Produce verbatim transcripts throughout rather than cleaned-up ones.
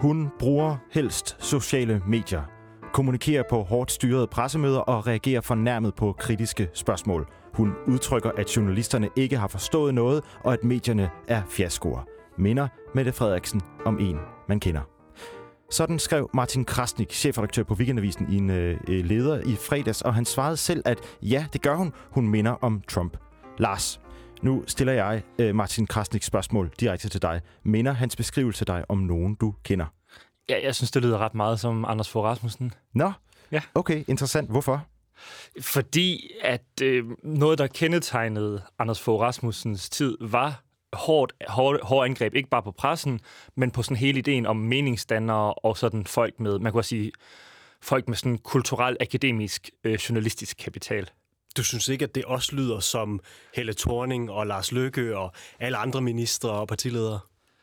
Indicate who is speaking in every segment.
Speaker 1: Hun bruger helst sociale medier, kommunikerer på hårdt styrede pressemøder og reagerer fornærmet på kritiske spørgsmål. Hun udtrykker, at journalisterne ikke har forstået noget, og at medierne er fiaskoer. Minder Mette Frederiksen om en, man kender. Sådan skrev Martin Krasnik, chefredaktør på Weekendavisen, i en øh, leder i fredags, og han svarede selv, at ja, det gør hun. Hun minder om Trump. Lars, nu stiller jeg øh, Martin Krasniks spørgsmål direkte til dig. Minder hans beskrivelse dig om nogen, du kender?
Speaker 2: Ja, jeg synes, det lyder ret meget som Anders Fogh Rasmussen.
Speaker 1: Nå,
Speaker 2: ja.
Speaker 1: Okay, interessant. Hvorfor?
Speaker 2: Fordi at øh, noget, der kendetegnede Anders Fogh Rasmussens tid, var hårdt, hårdt, hårdt angreb, ikke bare på pressen, men på sådan hele ideen om meningsdannere og sådan folk med, man kan også sige, folk med sådan kulturel, akademisk, øh, journalistisk kapital.
Speaker 3: Du synes ikke, at det også lyder som Helle Thorning og Lars Løkke og alle andre ministre og partiledere?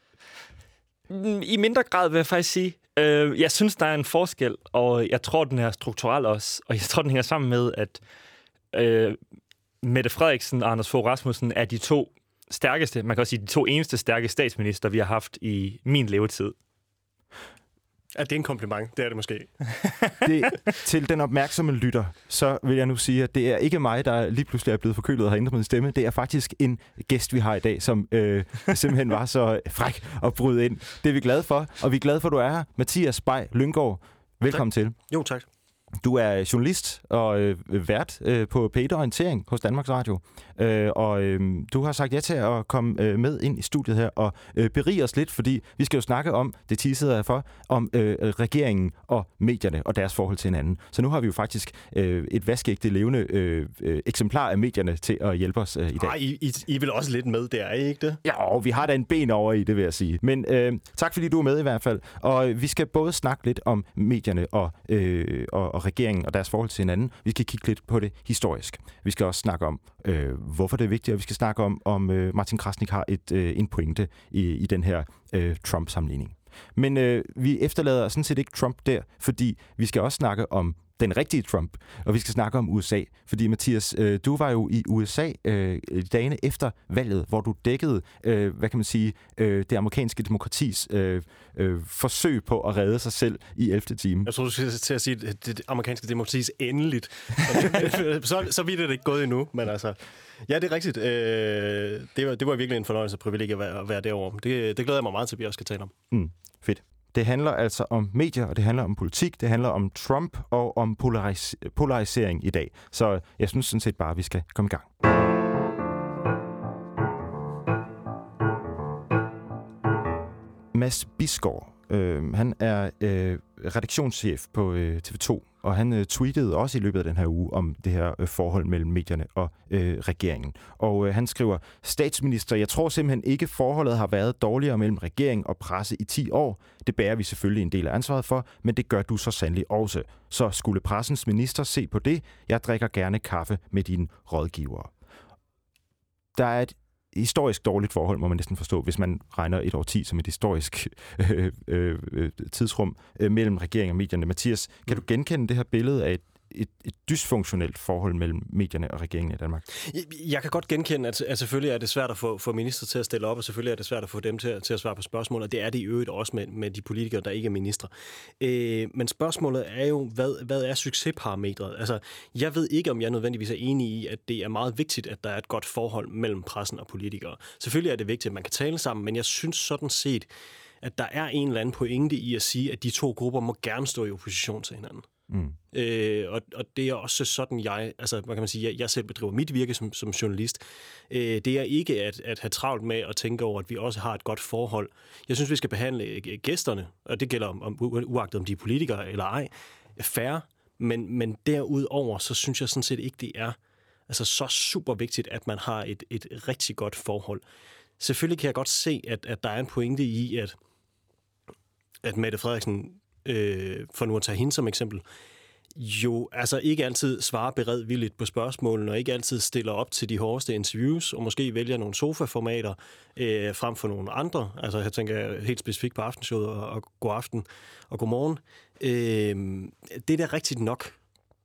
Speaker 2: I mindre grad vil jeg faktisk sige. Øh, jeg synes, der er en forskel, og jeg tror, den er strukturel også. Og jeg tror, den hænger sammen med, at øh, Mette Frederiksen og Anders Fogh Rasmussen er de to stærkeste, man kan også sige, de to eneste stærke statsminister, vi har haft i min levetid.
Speaker 3: Er det en kompliment? Det er det måske.
Speaker 1: Det, til den opmærksomme lytter, så vil jeg nu sige, at det er ikke mig, der lige pludselig er blevet forkølet og har ændret min stemme. Det er faktisk en gæst, vi har i dag, som øh, simpelthen var så fræk at bryde ind. Det er vi glade for, og vi er glade for, at du er her. Mathias Bay Lynggaard, velkommen
Speaker 3: tak.
Speaker 1: til.
Speaker 3: Jo, tak.
Speaker 1: Du er journalist og øh, vært øh, på P et Orientering hos Danmarks Radio. Øh, og øh, du har sagt ja til at komme øh, med ind i studiet her og øh, berige os lidt, fordi vi skal jo snakke om, det teasede jeg for, om øh, regeringen og medierne og deres forhold til hinanden. Så nu har vi jo faktisk øh, et vaskeægte levende øh, øh, eksemplar af medierne til at hjælpe os øh, i dag.
Speaker 3: Ej, I, I, I er vel også lidt med der, er I ikke det?
Speaker 1: Ja, og vi har da en ben over i det, vil jeg sige. Men øh, tak fordi du er med i hvert fald. Og vi skal både snakke lidt om medierne og, øh, og, og regeringen og deres forhold til hinanden. Vi skal kigge lidt på det historisk. Vi skal også snakke om, øh, hvorfor det er vigtigt, og vi skal snakke om, om øh, Martin Krasnik har et, øh, en pointe i, i den her øh, Trump-sammenligning. Men øh, vi efterlader sådan set ikke Trump der, fordi vi skal også snakke om den rigtige Trump, og vi skal snakke om U S A. Fordi Mathias, øh, du var jo i U S A øh, dagene efter valget, hvor du dækkede, øh, hvad kan man sige, øh, det amerikanske demokratis øh, øh, forsøg på at redde sig selv i ellevte time.
Speaker 3: Jeg tror, du skal til at sige, at det amerikanske demokratis endeligt. så, så vidt er det ikke gået endnu, men altså... Ja, det er rigtigt. Øh, det, var, det var virkelig en fornøjelse og privilegie at være, at være derovre. Det, det glæder jeg mig meget til, at vi også skal tale om.
Speaker 1: Mm, fedt. Det handler altså om medier, og det handler om politik, det handler om Trump og om polaris- polarisering i dag. Så jeg synes sådan set bare, at vi skal komme i gang. Mads Bisgaard, øh, han er øh, redaktionschef på øh, T V to, og han øh, tweetede også i løbet af den her uge om det her øh, forhold mellem medierne og øh, regeringen. Og øh, han skriver, statsminister, jeg tror simpelthen ikke, forholdet har været dårligere mellem regering og presse i ti år. Det bærer vi selvfølgelig en del af ansvaret for, men det gør du så sandelig også. Så skulle pressens minister se på det, jeg drikker gerne kaffe med dine rådgivere. Der er et historisk dårligt forhold, må man næsten forstå, hvis man regner et årti som et historisk øh, øh, tidsrum øh, mellem regeringen og medierne. Mathias, kan du genkende det her billede af et, et, et dysfunktionelt forhold mellem medierne og regeringen i Danmark?
Speaker 3: Jeg, jeg kan godt genkende, at, at selvfølgelig er det svært at få, få minister til at stille op, og selvfølgelig er det svært at få dem til, til at svare på spørgsmål, og det er det i øvrigt også med, med de politikere, der ikke er ministre. Øh, men spørgsmålet er jo, hvad, hvad er succesparametret? Altså, jeg ved ikke, om jeg nødvendigvis er enig i, at det er meget vigtigt, at der er et godt forhold mellem pressen og politikere. Selvfølgelig er det vigtigt, at man kan tale sammen, men jeg synes sådan set, at der er en eller anden pointe i at sige, at de to grupper må gerne stå i opposition til hinanden. Mm. Øh, og, og det er også sådan, jeg, altså, hvad kan man sige, jeg, jeg selv bedriver mit virke som, som journalist. Øh, det er ikke at, at have travlt med at tænke over, at vi også har et godt forhold. Jeg synes, vi skal behandle gæsterne, og det gælder om, om uagtet om de er politikere eller ej, fair, men, men derudover, så synes jeg sådan set ikke, det er altså, så super vigtigt, at man har et, et rigtig godt forhold. Selvfølgelig kan jeg godt se, at, at der er en pointe i, at, at Mette Frederiksen, øh, for nu at tage hende som eksempel, jo altså ikke altid svarer beredvilligt på spørgsmålene, og ikke altid stiller op til de hårdeste interviews, og måske vælger nogle sofaformater øh, frem for nogle andre. Altså jeg tænker helt specifikt på Aftenshowet og, og god aften og godmorgen. Øh, det er da rigtigt nok.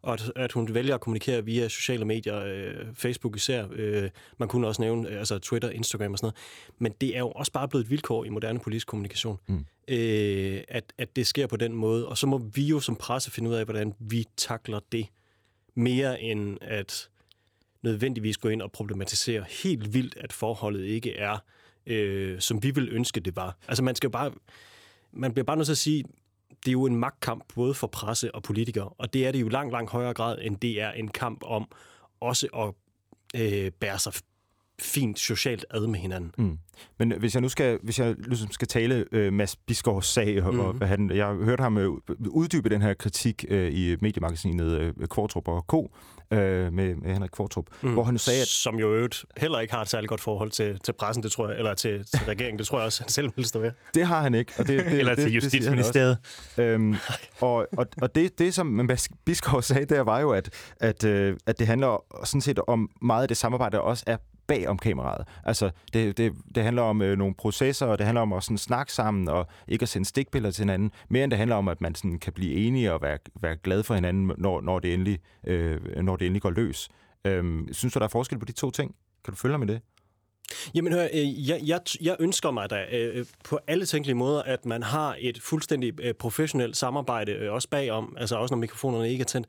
Speaker 3: og at, at hun vælger at kommunikere via sociale medier, øh, Facebook især. Øh, man kunne også nævne øh, altså Twitter, Instagram og sådan noget. Men det er jo også bare blevet et vilkår i moderne politisk kommunikation, mm. øh, at, at det sker på den måde. Og så må vi jo som presse finde ud af, hvordan vi takler det, mere end at nødvendigvis gå ind og problematisere helt vildt, at forholdet ikke er, øh, som vi vil ønske, det var. Altså man skal bare, man bliver bare nødt til at sige, det er jo en magtkamp både for presse og politikere, og det er det jo langt, langt højere grad, end det er en kamp om også at øh, bære sig fint socialt ad med hinanden. Mm.
Speaker 1: Men hvis jeg nu skal, hvis jeg ligesom skal tale øh, Mads Bisgaards sag, og, mm. og hvad han, jeg har hørt ham øh, uddybe den her kritik øh, i mediemagasinet øh, Kvartrup og K. Øh, med, med Henrik Kvartrup, mm. hvor han sagde, at...
Speaker 3: Som jo øvrigt heller ikke har et særligt godt forhold til, til pressen, det tror jeg, eller til, til regeringen, det tror jeg også, han selv vil stå ved.
Speaker 1: Det har han ikke. Og det, det,
Speaker 2: eller
Speaker 1: det,
Speaker 2: til Justitsministeriet.
Speaker 1: Øhm, og og, og det, det, som Mads Bisgaard sagde der, var jo, at, at, øh, at det handler sådan set om meget af det samarbejde, der også er bag om kameraet. Altså, det, det, det handler om øh, nogle processer, og det handler om at sådan snakke sammen, og ikke at sende stikbilleder til hinanden. Mere end det handler om, at man sådan kan blive enige og være, være glad for hinanden, når, når, det endelig, øh, når det endelig går løs. Øhm, synes du, der er forskel på de to ting? Kan du følge med det?
Speaker 3: Jamen hør, øh, jeg, jeg, jeg ønsker mig da øh, på alle tænkelige måder, at man har et fuldstændig øh, professionelt samarbejde, øh, også bagom, altså også når mikrofonerne ikke er tændt.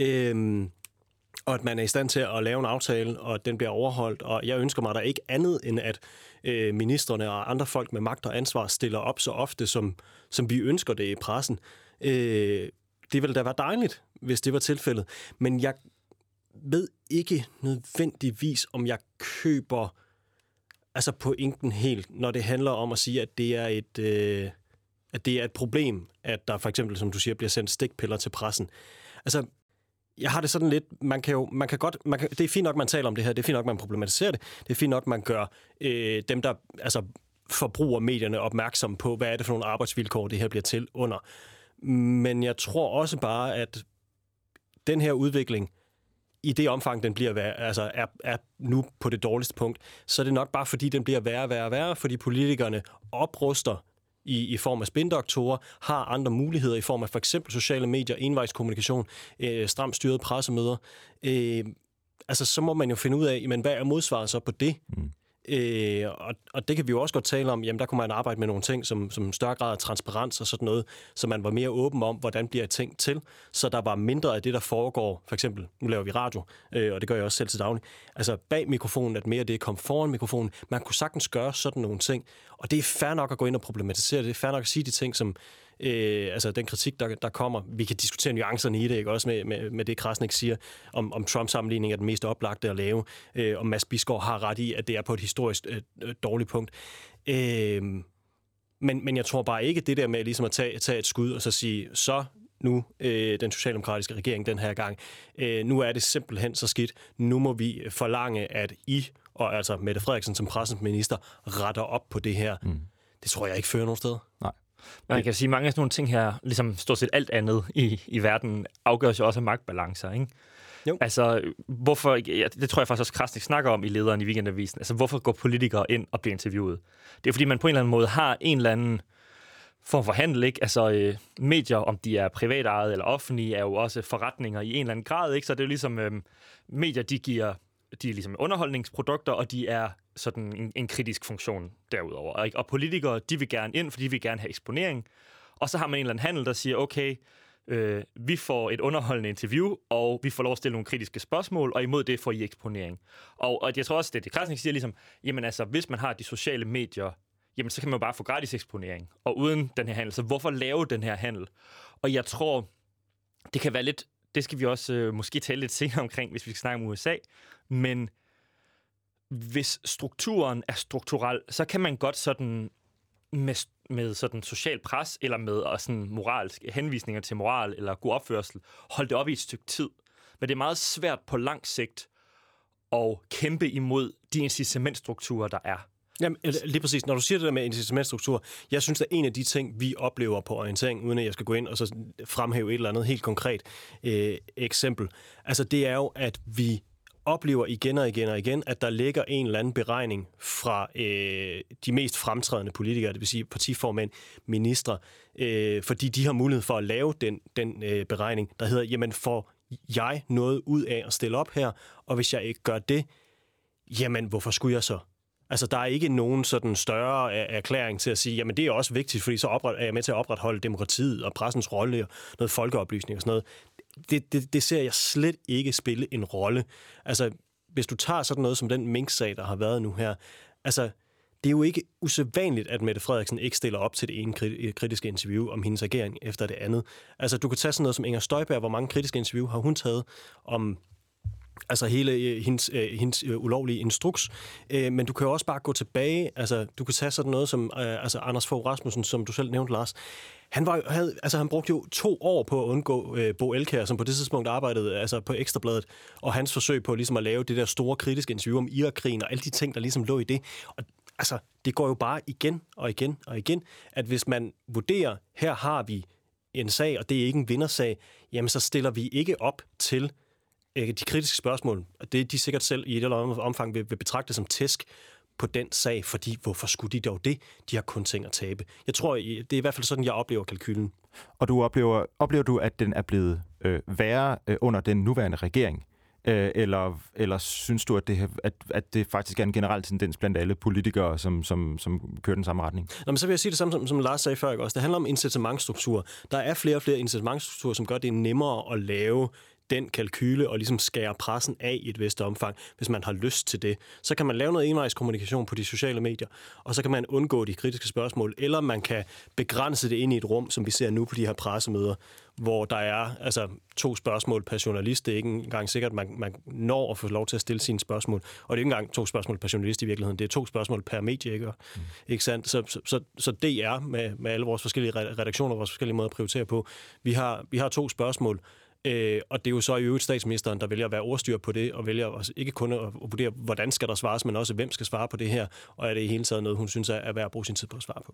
Speaker 3: Øh, og at man er i stand til at lave en aftale, og at den bliver overholdt. Og jeg ønsker mig der ikke andet, end at øh, ministerne og andre folk med magt og ansvar stiller op så ofte, som, som vi ønsker det i pressen. Øh, det ville da være dejligt, hvis det var tilfældet. Men jeg ved ikke nødvendigvis, om jeg køber altså pointen helt, når det handler om at sige, at det er et, øh, at det er et problem, at der for eksempel, som du siger, bliver sendt stikpiller til pressen. Altså, jeg har det sådan lidt, man kan jo, man kan godt, man kan, det er fint nok, man taler om det her, det er fint nok, man problematiserer det, det er fint nok, man gør øh, dem, der altså, forbruger medierne opmærksom på, hvad er det for nogle arbejdsvilkår, det her bliver til under. Men jeg tror også bare, at den her udvikling, i det omfang, den bliver værre, altså er, er nu på det dårligste punkt, så er det nok bare, fordi den bliver værre, værre, værre, fordi politikerne opruster i, i form af spindoktorer, har andre muligheder i form af for eksempel sociale medier, envejskommunikation, øh, stramt styret pressemøder. Øh, altså, så må man jo finde ud af, men hvad er modsvaret så på det? Mm. Øh, og, og det kan vi jo også godt tale om, jamen der kunne man arbejde med nogle ting, som, som større grad af transparens og sådan noget, så man var mere åben om, hvordan bliver ting til, så der var mindre af det, der foregår, for eksempel, nu laver vi radio, øh, og det gør jeg også selv til daglig, altså bag mikrofonen, at mere af det kom foran mikrofonen, man kunne sagtens gøre sådan nogle ting, og det er fair nok at gå ind og problematisere det, det er fair nok at sige de ting, som Øh, altså den kritik, der, der kommer. Vi kan diskutere nuancerne i det, ikke? Også med, med, med det, Krasnik siger, om, om Trump-sammenligning er den mest oplagte at lave, øh, og Mads Bisgaard har ret i, at det er på et historisk øh, dårligt punkt. Øh, men, men jeg tror bare ikke, det der med ligesom at tage, tage et skud og så sige, så nu øh, den socialdemokratiske regering den her gang, øh, nu er det simpelthen så skidt. Nu må vi forlange, at I, og altså Mette Frederiksen som pressens minister, retter op på det her. Mm. Det tror jeg ikke fører nogen sted.
Speaker 2: Nej. Man kan sige, at mange af sådan nogle ting her, ligesom stort set alt andet i, i verden, afgøres jo også af magtbalancer, ikke? Jo. Altså, hvorfor, ja, det tror jeg faktisk også Krasnik snakker om i lederen i Weekendavisen, altså hvorfor går politikere ind og bliver interviewet? Det er fordi, man på en eller anden måde har en eller anden form for handel, ikke? Altså, øh, medier, om de er privatejet eller offentlige, er jo også forretninger i en eller anden grad, ikke? Så det er jo ligesom, øh, medier, de giver, de er ligesom underholdningsprodukter, og de er sådan en, en kritisk funktion derudover. Ikke? Og politikere, de vil gerne ind, fordi de vil gerne have eksponering. Og så har man en eller anden handel, der siger, okay, øh, vi får et underholdende interview, og vi får lov at stille nogle kritiske spørgsmål, og imod det får I eksponering. Og, og jeg tror også, det det Krasnik siger ligesom, jamen altså, hvis man har de sociale medier, jamen så kan man jo bare få gratis eksponering. Og uden den her handel, så hvorfor lave den her handel? Og jeg tror, det kan være lidt, det skal vi også øh, måske tale lidt senere omkring, hvis vi skal snakke om U S A, men hvis strukturen er strukturel, så kan man godt sådan med, med sådan social pres, eller med og sådan moralske henvisninger til moral, eller god opførsel, holde det op i et stykke tid. Men det er meget svært på lang sigt at kæmpe imod de incitamentstrukturer, der er.
Speaker 3: Jamen, lige præcis. Når du siger det der med incitamentstruktur, jeg synes, at en af de ting, vi oplever på orientering, uden at jeg skal gå ind og så fremhæve et eller andet helt konkret øh, eksempel, altså det er jo, at vi oplever igen og igen og igen, at der ligger en eller anden beregning fra øh, de mest fremtrædende politikere, det vil sige partiformænd, ministre, øh, fordi de har mulighed for at lave den, den øh, beregning, der hedder, jamen for jeg noget ud af at stille op her, og hvis jeg ikke gør det, jamen hvorfor skulle jeg så? Altså, der er ikke nogen sådan større erklæring til at sige, jamen det er også vigtigt, fordi så opret, er jeg med til at opretholde demokratiet og pressens rolle og noget folkeoplysning og sådan noget. Det, det, det ser jeg slet ikke spille en rolle. Altså, hvis du tager sådan noget som den Mink-sag, der har været nu her, altså, det er jo ikke usædvanligt, at Mette Frederiksen ikke stiller op til det ene kritiske interview om hendes regering efter det andet. Altså, du kan tage sådan noget som Inger Støjberg, hvor mange kritiske interview har hun taget om altså hele hendes, hendes ulovlige instruks. Men du kan jo også bare gå tilbage. Altså, du kan tage sådan noget som altså Anders Fogh Rasmussen, som du selv nævnte, Lars. Han, var, havde, altså, han brugte jo to år på at undgå øh, Bo Elkjær, som på det tidspunkt arbejdede altså, på Ekstrabladet, og hans forsøg på ligesom, at lave det der store kritiske interview om Irakkrigen og alle de ting, der ligesom lå i det. Og altså, det går jo bare igen og igen og igen, at hvis man vurderer, her har vi en sag, og det er ikke en vindersag, jamen så stiller vi ikke op til øh, de kritiske spørgsmål. Og det er de sikkert selv i et eller andet omfang vil, vil betragte som tæsk på den sag, fordi hvorfor skulle de dog det? De har kun ting at tabe. Jeg tror, det er i hvert fald sådan, jeg oplever kalkylen.
Speaker 1: Og du oplever, oplever du, at den er blevet øh, værre øh, under den nuværende regering? Øh, eller, eller synes du, at det, at, at det faktisk er en generel tendens blandt alle politikere, som, som, som kører den samme retning?
Speaker 3: Nå, men så vil jeg sige det samme, som, som Lars sagde før, ikke også? Det handler om incitamentstruktur. Der er flere og flere incitamentstrukturer, som gør det nemmere at lave den kalkyle og ligesom skære pressen af i et vist omfang, hvis man har lyst til det. Så kan man lave noget envejskommunikation på de sociale medier, og så kan man undgå de kritiske spørgsmål, eller man kan begrænse det ind i et rum, som vi ser nu på de her pressemøder, hvor der er altså to spørgsmål per journalist. Det er ikke engang sikkert, at man, man når at få lov til at stille sine spørgsmål. Og det er ikke engang to spørgsmål per journalist i virkeligheden. Det er to spørgsmål per medie, ikke? Mm. Ikke sandt? Så, så, så, så D R med, med alle vores forskellige redaktioner, vores forskellige måder at prioritere på. Vi har, vi har to spørgsmål. Øh, og det er jo så i øvrigt statsministeren, der vælger at være ordstyr på det, og vælger altså ikke kun at vurdere, hvordan skal der svares, men også, hvem skal svare på det her, og er det i hele taget noget, hun synes er værd at bruge sin tid på at svare på.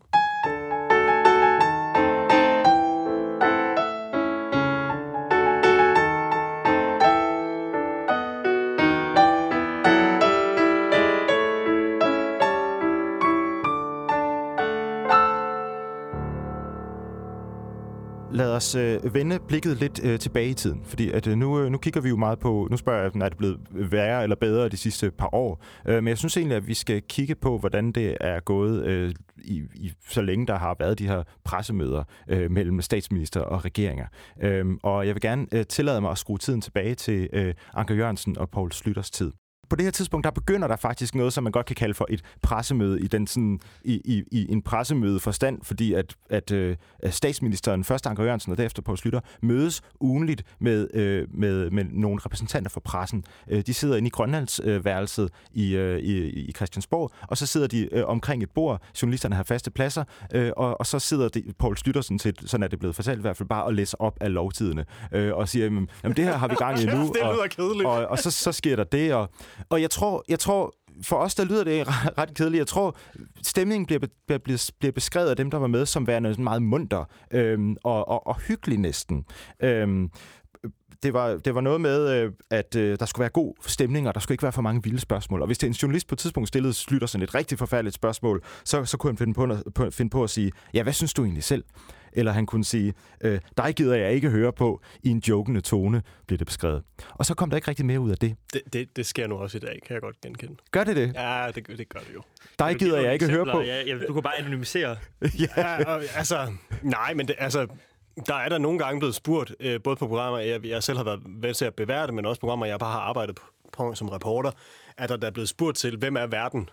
Speaker 1: Lad os øh, vende blikket lidt øh, tilbage i tiden, fordi at, øh, nu, øh, nu kigger vi jo meget på, nu spørger jeg, er det blevet værre eller bedre de sidste par år, øh, men jeg synes egentlig, at vi skal kigge på, hvordan det er gået, øh, i, i, så længe der har været de her pressemøder øh, mellem statsminister og regeringer. Øh, og jeg vil gerne øh, tillade mig at skrue tiden tilbage til øh, Anker Jørgensen og Poul Schlüters tid. På det her tidspunkt, der begynder der faktisk noget, som man godt kan kalde for et pressemøde i den sådan i, i, i en pressemødeforstand, fordi at, at, øh, at statsministeren, først Anker Jørgensen og derefter Poul Schlüter, mødes ugenligt med, øh, med, med nogle repræsentanter for pressen. Øh, de sidder inde i Grønlandsværelset øh, i, øh, i, i Christiansborg, og så sidder de øh, omkring et bord. Journalisterne har faste pladser, øh, og, og så sidder de, Poul Schlüter sådan set, sådan er det blevet fortalt i hvert fald, bare og læser op af lovtidene øh, og siger, jamen det her har vi gang i nu, og, og, og så, så sker der det, og Og jeg tror, jeg tror, for os, der lyder det ret kedeligt. Jeg tror, stemningen bliver, bliver, bliver beskrevet af dem, der var med, som værende meget munter øhm, og, og, og hyggelig næsten. Øhm, det, var, det var noget med, at øh, der skulle være god stemning, og der skulle ikke være for mange vilde spørgsmål. Og hvis det er en journalist på et tidspunkt stillede Schlüter sådan et rigtig forfærdeligt spørgsmål, så, så kunne han finde på, på, finde på at sige, ja, hvad synes du egentlig selv? Eller han kunne sige, øh, dig gider jeg ikke høre på, i en jokende tone, blev det beskrevet. Og så kom der ikke rigtig mere ud af det.
Speaker 3: Det, det, det sker nu også i dag, kan jeg godt genkende.
Speaker 1: Gør det det?
Speaker 3: Ja, det, det gør det jo.
Speaker 1: Dig gider jeg ikke høre på.
Speaker 2: Ja, ja, du kan bare anonymisere.
Speaker 3: ja, og, altså, nej, men det, altså, der er der nogle gange blevet spurgt, øh, både på programmer, jeg, jeg selv har været vel til at bevære det, men også programmer, jeg bare har arbejdet på, på som reporter, at der, der er blevet spurgt til, hvem er verden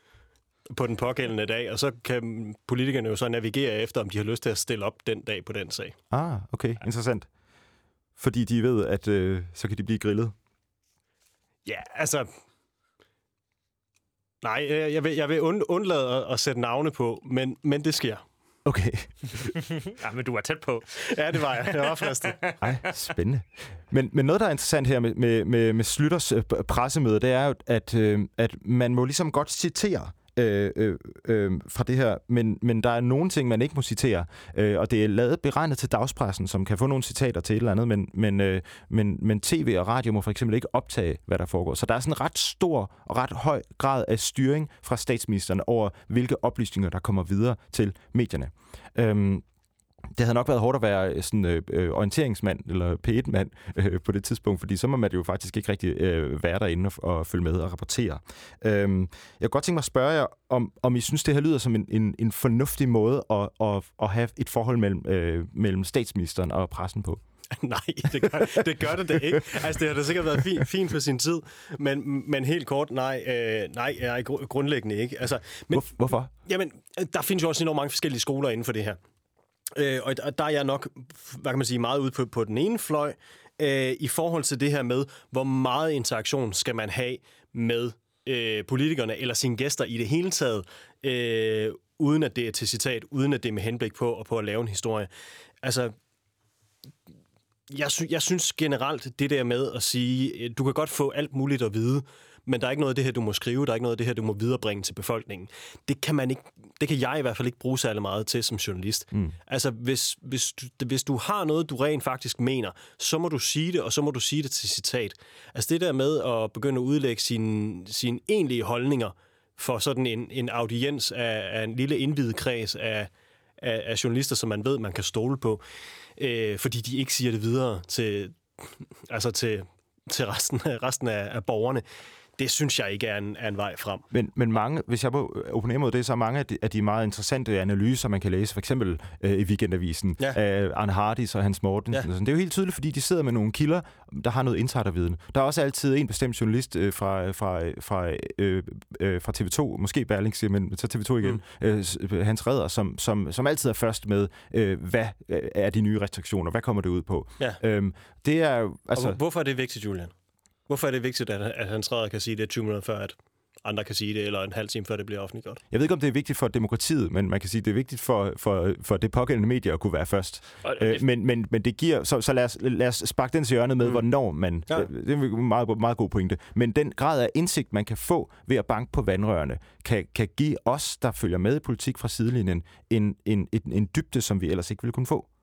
Speaker 3: på den pågældende dag, og så kan politikerne jo så navigere efter, om de har lyst til at stille op den dag på den sag.
Speaker 1: Ah, okay. Interessant. Fordi de ved, at øh, så kan de blive grillet.
Speaker 3: Ja, altså... Nej, jeg vil, jeg vil und, undlade at, at sætte navne på, men, men det sker.
Speaker 1: Okay.
Speaker 2: Ja, men du var tæt på.
Speaker 3: Ja, det var jeg. Jeg var fristet.
Speaker 1: Ej, spændende. Men, men noget, der er interessant her med, med, med, med Schlüters pressemøde, det er jo, at, øh, at man må ligesom godt citere Øh, øh, øh, fra det her, men, men der er nogle ting, man ikke må citere, øh, og det er lavet beregnet til dagspressen, som kan få nogle citater til et eller andet, men, men, øh, men, men tv og radio må for eksempel ikke optage, hvad der foregår. Så der er sådan en ret stor og ret høj grad af styring fra statsministeren over, hvilke oplysninger, der kommer videre til medierne. Øhm, det havde nok været hårdt at være sådan øh, orienteringsmand eller P et mand øh, på det tidspunkt, fordi så må man jo faktisk ikke rigtig øh, være derinde og, og følge med og rapportere. Øhm, jeg kunne godt tænke mig at spørge jer, om, om I synes, det her lyder som en, en, en fornuftig måde at, at, at have et forhold mellem, øh, mellem statsministeren og pressen på.
Speaker 3: Nej, det gør det, gør det da ikke. Altså, det har da sikkert været fint, fint for sin tid, men, men helt kort, nej, øh, nej, nej, grundlæggende ikke. Altså, men,
Speaker 1: Hvor, hvorfor?
Speaker 3: Jamen, der findes jo også enormt mange forskellige skoler inden for det her. Øh, og der er jeg nok, hvad kan man sige, meget ude på, på den ene fløj, øh, i forhold til det her med, hvor meget interaktion skal man have med øh, politikerne eller sine gæster i det hele taget, øh, uden at det er til citat, uden at det er med henblik på, og på at lave en historie. Altså, jeg, sy- jeg synes generelt, det der med at sige, du kan godt få alt muligt at vide, men der er ikke noget af det her, du må skrive, der er ikke noget af det her, du må viderebringe til befolkningen. Det kan man ikke, det kan jeg i hvert fald ikke bruge særlig meget til som journalist. Mm. Altså, hvis, hvis, du, hvis du har noget, du rent faktisk mener, så må du sige det, og så må du sige det til citat. Altså, det der med at begynde at udlægge sine, sine egentlige holdninger for sådan en, en audiens af, af en lille indvidet kreds af, af, af journalister, som man ved, man kan stole på, øh, fordi de ikke siger det videre til, altså til, til resten, resten af, af borgerne. Det synes jeg ikke er en, er en vej frem. Men,
Speaker 1: men mange, hvis jeg må opponere mod det, så er mange af de, af de meget interessante analyser, man kan læse, for eksempel øh, i Weekendavisen, ja. af Arne Hardis og Hans Mortensen. Ja. Det er jo helt tydeligt, fordi de sidder med nogle kilder, der har noget insiderviden. Der er også altid en bestemt journalist øh, fra, fra, fra, øh, øh, fra T V to, måske Berlingske, men så T V to igen, mm. øh, Hans Redder, som, som, som altid er først med, øh, hvad er de nye restriktioner, hvad kommer det ud på? Ja. Øhm, det er, altså,
Speaker 3: og hvorfor er det vigtigt, Julian? Hvorfor er det vigtigt, at, at Hans Redder kan sige det tyve minutter før, at andre kan sige det, eller en halv time før det bliver offentliggjort?
Speaker 1: Jeg ved ikke, om det er vigtigt for demokratiet, men man kan sige, at det er vigtigt for, for, for det pågældende medie at kunne være først. Øh, men, men, men det giver... Så, så lad, os, lad os sparke den til hjørnet med, mm. hvornår man... Ja. Det er en meget, meget god pointe. Men den grad af indsigt, man kan få ved at banke på vandrørene, kan, kan give os, der følger med i politik fra sidelinjen, en, en, en, en dybde, som vi ellers ikke ville kunne få.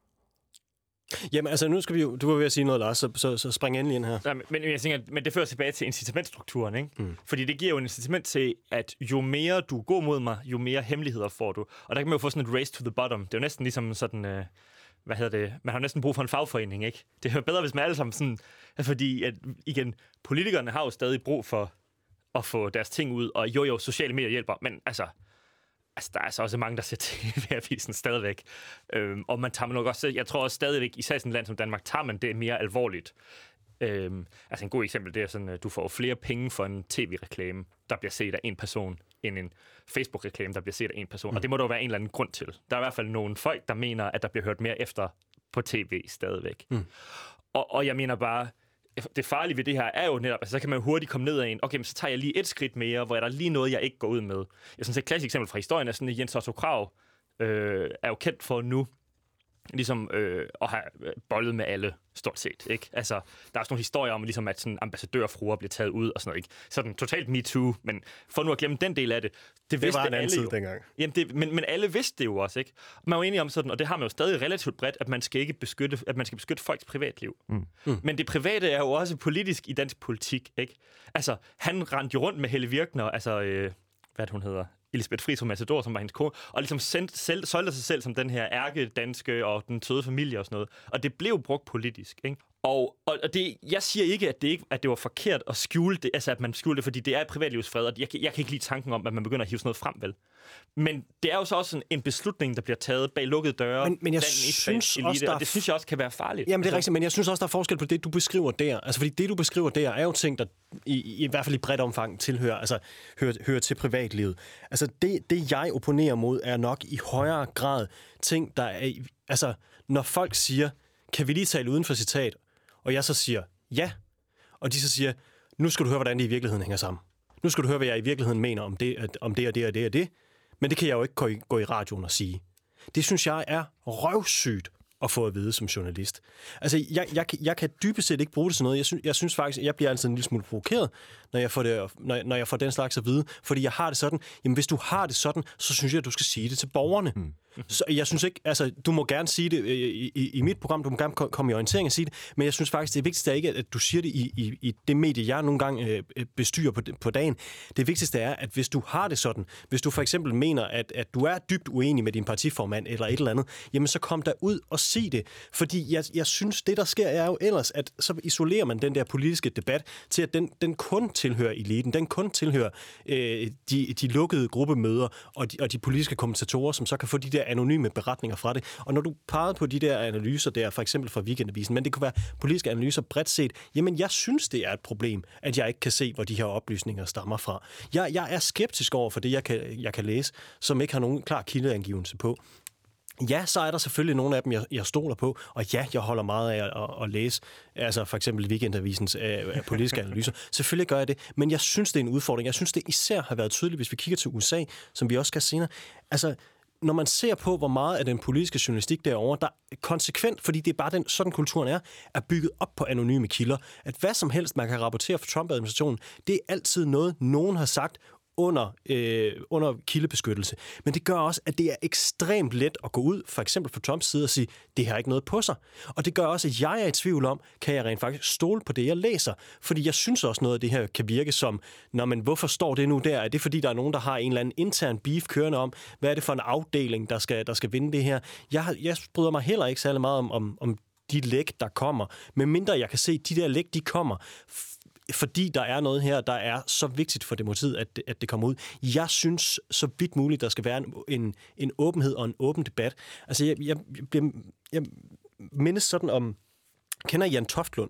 Speaker 3: Jamen, altså, nu skal vi jo... Du var ved at sige noget, Lars, så, så, så spring endelig ind her.
Speaker 2: Ja, men, men jeg tænker, men det fører tilbage til incitamentstrukturen, ikke? Mm. Fordi det giver jo en incitament til, at jo mere du går mod mig, jo mere hemmeligheder får du. Og der kan man jo få sådan et race to the bottom. Det er jo næsten ligesom sådan... Øh, hvad hedder det? Man har næsten brug for en fagforening, ikke? Det er jo bedre, hvis man alle sammen sådan... Fordi, at, igen, politikerne har jo stadig brug for at få deres ting ud, og jo jo, sociale medier hjælper, men altså... Altså, der er så også mange, der ser T V-avisen stadigvæk. Øhm, og man tager nok også, jeg tror også stadigvæk, især i sådan et land som Danmark, tager man det mere alvorligt. Øhm, altså en god eksempel, det er sådan, at du får flere penge for en tv-reklame, der bliver set af en person, end en Facebook-reklame, der bliver set af en person. Mm. Og det må der jo være en eller anden grund til. Der er i hvert fald nogle folk, der mener, at der bliver hørt mere efter på tv stadigvæk. Mm. Og, og jeg mener bare, det farlige ved det her er jo netop, altså så kan man jo hurtigt komme ned af en, okay, men så tager jeg lige et skridt mere, hvor er der lige noget, jeg ikke går ud med. Jeg synes, et klassisk eksempel fra historien er sådan, at Jens Otto Krag øh, er jo kendt for nu, ligesom øh, at have bollet med alle, stort set, ikke? Altså, der er også nogle historier om, ligesom, at sådan ambassadørfruer bliver taget ud og sådan noget, ikke? Sådan totalt MeToo, men for nu at glemme den del af det, det,
Speaker 3: det var en anden tid
Speaker 2: jo.
Speaker 3: dengang.
Speaker 2: Jamen, det, men, men alle vidste det jo også, ikke? Man er jo enige om sådan, og det har man jo stadig relativt bredt, at man skal ikke beskytte, at man skal beskytte folks privatliv. Mm. Mm. Men det private er jo også politisk i dansk politik, ikke? Altså, han rendte jo rundt med Helle Virkner, altså, øh, hvad hun hedder? Elisabeth Friis fra Matador, som var hendes kone, og ligesom sendt, selv, solgte sig selv som den her ærkedanske og den søde familie og sådan noget. Og det blev brugt politisk, ikke? Og, og, og det, jeg siger ikke, at det ikke, at det var forkert at skjule det, altså at man skjulte det, fordi det er privatlivsfred, og jeg, jeg kan ikke lide tanken om, at man begynder at hive sådan noget frem, vel? Men det er jo så også en, en beslutning, der bliver taget bag lukkede døre.
Speaker 3: Men, men jeg synes elite, også, der...
Speaker 2: og det synes jeg også kan være farligt.
Speaker 3: Jamen, det er altså... rigtigt, men jeg synes også, der er forskel på det, du beskriver der. Altså, fordi det, du beskriver der, er jo ting, der i, i, i hvert fald i bredt omfang tilhører, altså hører, hører til privatlivet. Altså, det, det, jeg opponerer mod, er nok i højere grad ting, der er... Altså, når folk siger, kan vi lige tale uden for citat, og jeg så siger ja, og de så siger, nu skal du høre, hvordan det i virkeligheden hænger sammen. Nu skal du høre, hvad jeg i virkeligheden mener om det, om det og det og det og det. Men det kan jeg jo ikke gå i, gå i radioen og sige. Det synes jeg er røvsygt at få at vide som journalist. Altså, jeg, jeg, jeg kan dybest set ikke bruge det til noget. Jeg synes, jeg synes faktisk, jeg bliver altid en lille smule provokeret, når jeg, får det, når, når jeg får den slags at vide. Fordi jeg har det sådan, jamen hvis du har det sådan, så synes jeg, at du skal sige det til borgerne. Hmm. Så jeg synes ikke, altså, du må gerne sige det i, i, i mit program, du må gerne komme i orientering og sige det, men jeg synes faktisk, det vigtigste er ikke, at du siger det i, i, i det medie, jeg nogle gange øh, bestyrer på, på dagen. Det vigtigste er, at hvis du har det sådan, hvis du for eksempel mener, at, at du er dybt uenig med din partiformand eller et eller andet, jamen så kom der ud og sig det. Fordi jeg, jeg synes, det der sker er jo ellers, at så isolerer man den der politiske debat til, at den, den kun tilhører eliten, den kun tilhører øh, de, de lukkede gruppemøder og de, og de politiske kommentatorer, som så kan få de der anonyme beretninger fra det. Og når du pegede på de der analyser der, for eksempel fra Weekendavisen, men det kunne være politiske analyser bredt set, jamen jeg synes, det er et problem, at jeg ikke kan se, hvor de her oplysninger stammer fra. Jeg, jeg er skeptisk over for det, jeg kan, jeg kan læse, som ikke har nogen klar kildeangivelse på. Ja, så er der selvfølgelig nogle af dem, jeg, jeg stoler på, og ja, jeg holder meget af at, at, at læse, altså for eksempel Weekendavisens uh, politiske analyser. Selvfølgelig gør jeg det, men jeg synes, det er en udfordring. Jeg synes, det især har været tydeligt, hvis vi kigger til U S A, som vi også skal senere. Altså, når man ser på, hvor meget af den politiske journalistik derovre, der konsekvent, fordi det er bare den, sådan kulturen er, er bygget op på anonyme kilder, at hvad som helst, man kan rapportere fra Trump-administrationen, det er altid noget, nogen har sagt, under, øh, under kildebeskyttelse. Men det gør også, at det er ekstremt let at gå ud, for eksempel fra Trumps side, og sige, det har ikke noget på sig. Og det gør også, at jeg er i tvivl om, kan jeg rent faktisk stole på det, jeg læser? Fordi jeg synes også, noget af det her kan virke som, nå, men hvorfor står det nu der? Er det fordi, der er nogen, der har en eller anden intern beef kørende om, hvad er det for en afdeling, der skal, der skal vinde det her? Jeg, jeg bryder mig heller ikke særlig meget om, om, om de læk, der kommer. Men mindre jeg kan se, at de der læk, de kommer, fordi der er noget her, der er så vigtigt for demokratiet, at det, at det kommer ud. Jeg synes så vidt muligt, der skal være en, en, en åbenhed og en åben debat. Altså, jeg, jeg, jeg, jeg mindes sådan om... Kender Jan Toftlund?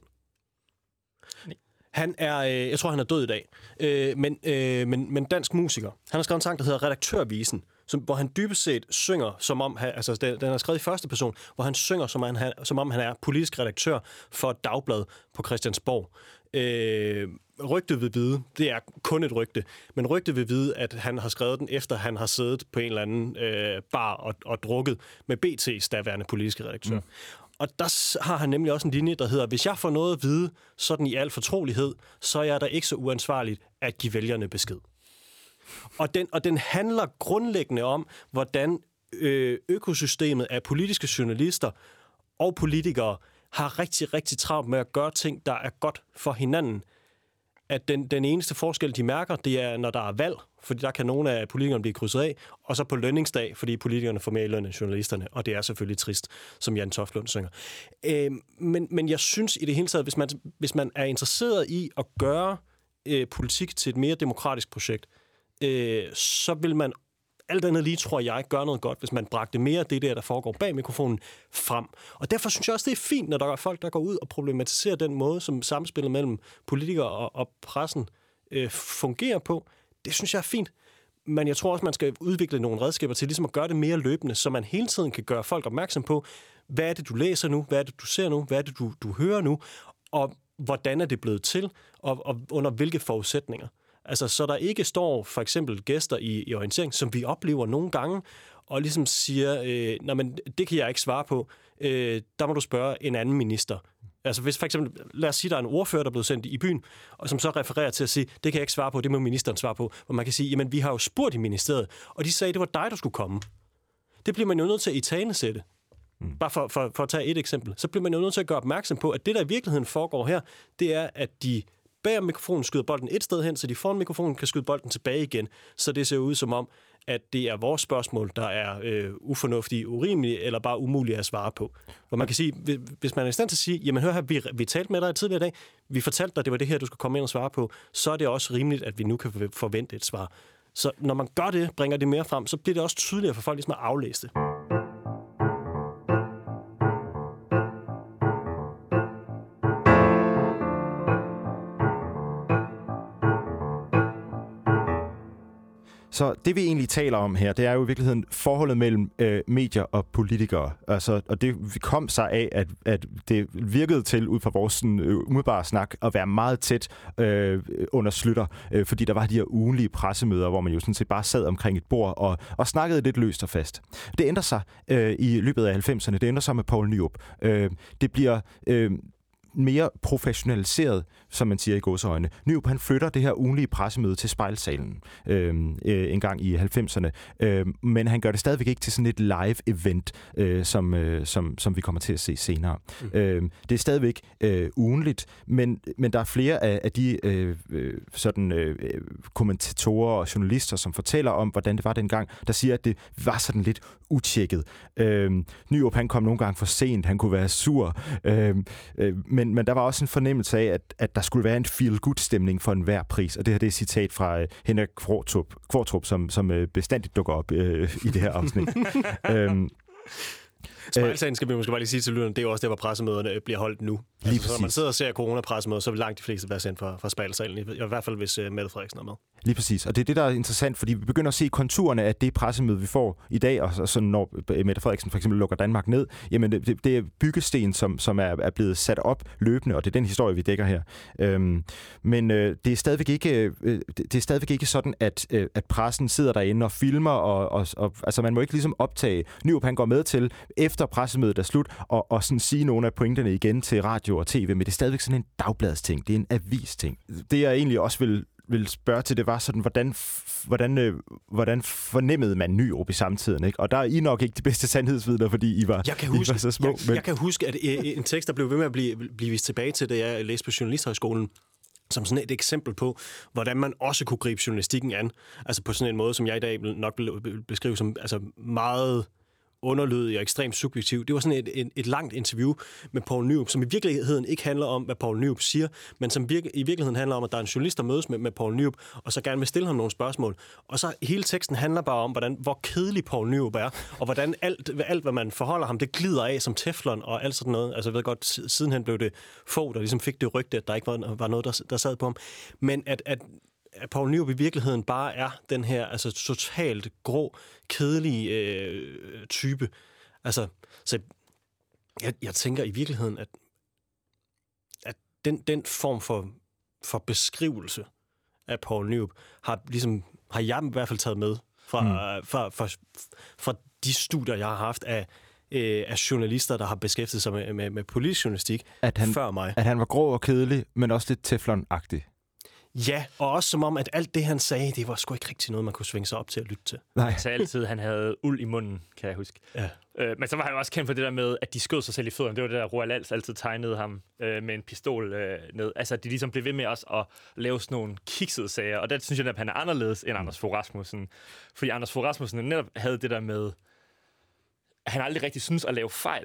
Speaker 3: Nej. Han er, øh, jeg tror, han er død i dag, øh, men, øh, men, men dansk musiker. Han har skrevet en sang, der hedder Redaktørvisen, som, hvor han dybest set synger, som om han, altså den, den er skrevet i første person, hvor han synger, som, han, som om han er politisk redaktør for et dagblad på Christiansborg. Øh, rygtet vil vide, det er kun et rygte, men rygtet vil vide, at han har skrevet den, efter han har siddet på en eller anden øh, bar og, og drukket med B T's daværende politiske redaktør. Mm. Og der har han nemlig også en linje, der hedder, hvis jeg får noget at vide, sådan i al fortrolighed, så er jeg da ikke så uansvarligt at give vælgerne besked. Og den, og den handler grundlæggende om, hvordan øh, økosystemet af politiske journalister og politikere har rigtig, rigtig travlt med at gøre ting, der er godt for hinanden. At den, den eneste forskel, de mærker, det er, når der er valg, fordi der kan nogle af politikerne blive krydset af, og så på lønningsdag, fordi politikerne får mere i løn end journalisterne, og det er selvfølgelig trist, som Jan Toftlund synger. Øh, men, men jeg synes i det hele taget, hvis man, hvis man er interesseret i at gøre øh, politik til et mere demokratisk projekt, øh, så vil man alt andet lige, tror jeg, gør noget godt, hvis man bragte mere af det der, der foregår bag mikrofonen, frem. Og derfor synes jeg også, det er fint, når der er folk, der går ud og problematiserer den måde, som samspillet mellem politikere og, og pressen øh, fungerer på. Det synes jeg er fint. Men jeg tror også, man skal udvikle nogle redskaber til ligesom at gøre det mere løbende, så man hele tiden kan gøre folk opmærksom på, hvad er det, du læser nu, hvad er det, du ser nu, hvad er det, du, du hører nu, og hvordan er det blevet til, og, og under hvilke forudsætninger. Altså, så der ikke står for eksempel gæster i, i orientering, som vi oplever nogle gange, og ligesom siger, øh, nej, men det kan jeg ikke svare på. Øh, der må du spørge en anden minister. Altså, hvis for eksempel, lad os sige, der er en ordfører, der er blevet sendt i byen, og som så refererer til at sige, det kan jeg ikke svare på, det må ministeren svare på. Hvor man kan sige, jamen, vi har jo spurgt i ministeriet, og de sagde, det var dig, der skulle komme. Det bliver man jo nødt til at italesætte. Mm. Bare for, for, for at tage et eksempel. Så bliver man jo nødt til at gøre opmærksom på, at det, der i virkeligheden foregår her, det er, at de bag mikrofonen skyder bolden et sted hen, så de foran mikrofonen kan skyde bolden tilbage igen. Så det ser ud som om, at det er vores spørgsmål, der er øh, ufornuftige, urimelige eller bare umulige at svare på. Hvor man kan sige, hvis man er i stand til at sige, jamen hør her, vi, vi talte med dig tidligere i dag, vi fortalte dig, det var det her, du skulle komme ind og svare på, så er det også rimeligt, at vi nu kan forvente et svar. Så når man gør det, bringer det mere frem, så bliver det også tydeligere for folk ligesom at aflæse det.
Speaker 1: Så det, vi egentlig taler om her, det er jo i virkeligheden forholdet mellem øh, medier og politikere. Altså, og det kom sig af, at, at det virkede til, ud fra vores sådan, øh, umiddelbare snak, at være meget tæt øh, under Slytter, øh, fordi der var de her ugenlige pressemøder, hvor man jo sådan set bare sad omkring et bord og, og snakkede lidt løst og fast. Det ændrer sig øh, i løbet af halvfemserne. Det ændrer sig med Poul Nyrup. Øh, det bliver... Øh, mere professionaliseret, som man siger i gåseøjne. Nyrup, han flytter det her ugenlige pressemøde til Spejlsalen øh, øh, en gang i halvfemserne, øh, men han gør det stadigvæk ikke til sådan et live-event, øh, som, øh, som, som vi kommer til at se senere. Mm. Øh, det er stadigvæk øh, ugenligt, men, men der er flere af, af de øh, sådan, øh, kommentatorer og journalister, som fortæller om, hvordan det var dengang, der siger, at det var sådan lidt utjekket. Øh, Nyrup, han kom nogle gange for sent, han kunne være sur, øh, øh, men, men der var også en fornemmelse af, at, at der skulle være en feel-good-stemning for enhver pris, og det her det er et citat fra øh, Henrik Kvartrup, Kvartrup som, som øh, bestandigt dukker op øh, i det her afsnit. øh,
Speaker 3: Spejlsagen skal vi måske bare lige sige til lytterne, det er jo også der, hvor pressemøderne bliver holdt nu. Altså, så når man sidder og ser coronapressemøder, så vil langt de fleste være sendt fra, fra Spejlsalen, i, i hvert fald hvis uh, Mette Frederiksen er med.
Speaker 1: Lige præcis, og det er det, der er interessant, fordi vi begynder at se konturerne af det pressemøde, vi får i dag, og så når Mette Frederiksen for eksempel lukker Danmark ned, jamen det, det er byggesten, som, som er, er blevet sat op løbende, og det er den historie, vi dækker her. Øhm, men øh, det er stadigvæk ikke, øh, det er stadigvæk ikke sådan, at, øh, at pressen sidder derinde og filmer, og, og, og altså man må ikke ligesom optage. Nyrup, han går med til, efter pressemødet er slut, og, og sådan sige nogle af pointerne igen til radio og tv, men det er stadigvæk sådan en dagbladsting, det er en avis-ting. Det jeg egentlig også vil vil spørge til, det var sådan, hvordan, hvordan, øh, hvordan fornemmede man Nyrup i samtiden, ikke? Og der er I nok ikke de bedste sandhedsvidner, fordi I var,
Speaker 3: jeg kan huske,
Speaker 1: I var så små.
Speaker 3: Jeg,
Speaker 1: men...
Speaker 3: jeg kan huske, at en tekst, der blev ved med at blive, blive vist tilbage til, da jeg læste på Journalisthøjskolen, som sådan et eksempel på, hvordan man også kunne gribe journalistikken an. Altså på sådan en måde, som jeg i dag nok vil beskrive som altså meget underlødig og ekstremt subjektiv. Det var sådan et, et, et langt interview med Poul Nyrup, som i virkeligheden ikke handler om, hvad Poul Nyrup siger, men som virke, i virkeligheden handler om, at der er en journalist, der mødes med, med Poul Nyrup, og så gerne vil stille ham nogle spørgsmål. Og så hele teksten handler bare om, hvordan, hvor kedelig Poul Nyrup er, og hvordan alt, alt, hvad man forholder ham, det glider af som teflon og alt sådan noget. Altså jeg ved godt, sidenhen blev det få, der ligesom fik det rygte, at der ikke var, var noget, der, der sad på ham. Men at, at at Poul Nyrup i virkeligheden bare er den her altså totalt grå, kedelige øh, type. Altså, så jeg, jeg tænker i virkeligheden, at, at den, den form for, for beskrivelse af Poul Nyrup har, ligesom, har jeg i hvert fald taget med fra, mm. fra, fra, fra de studier, jeg har haft af øh, af journalister, der har beskæftiget sig med, med, med politisk journalistik
Speaker 1: at han,
Speaker 3: før mig.
Speaker 1: At han var grå og kedelig, men også lidt teflon-agtig.
Speaker 3: Ja, og også som om, at alt det, han sagde, det var sgu ikke rigtig noget, man kunne svinge sig op til at lytte til.
Speaker 2: Nej. Han sagde altid, at han havde uld i munden, kan jeg huske.
Speaker 3: Ja.
Speaker 2: Øh, men så var han jo også kendt for det der med, at de skød sig selv i fødderne. Det var det der, Roald Als altid tegnede ham øh, med en pistol øh, ned. Altså, de ligesom blev ved med os at lave sådan nogle kiksede sager. Og der synes jeg, at han er anderledes end Anders Fogh Rasmussen. Fordi Anders Fogh Rasmussen netop havde det der med, at han aldrig rigtig synes at lave fejl.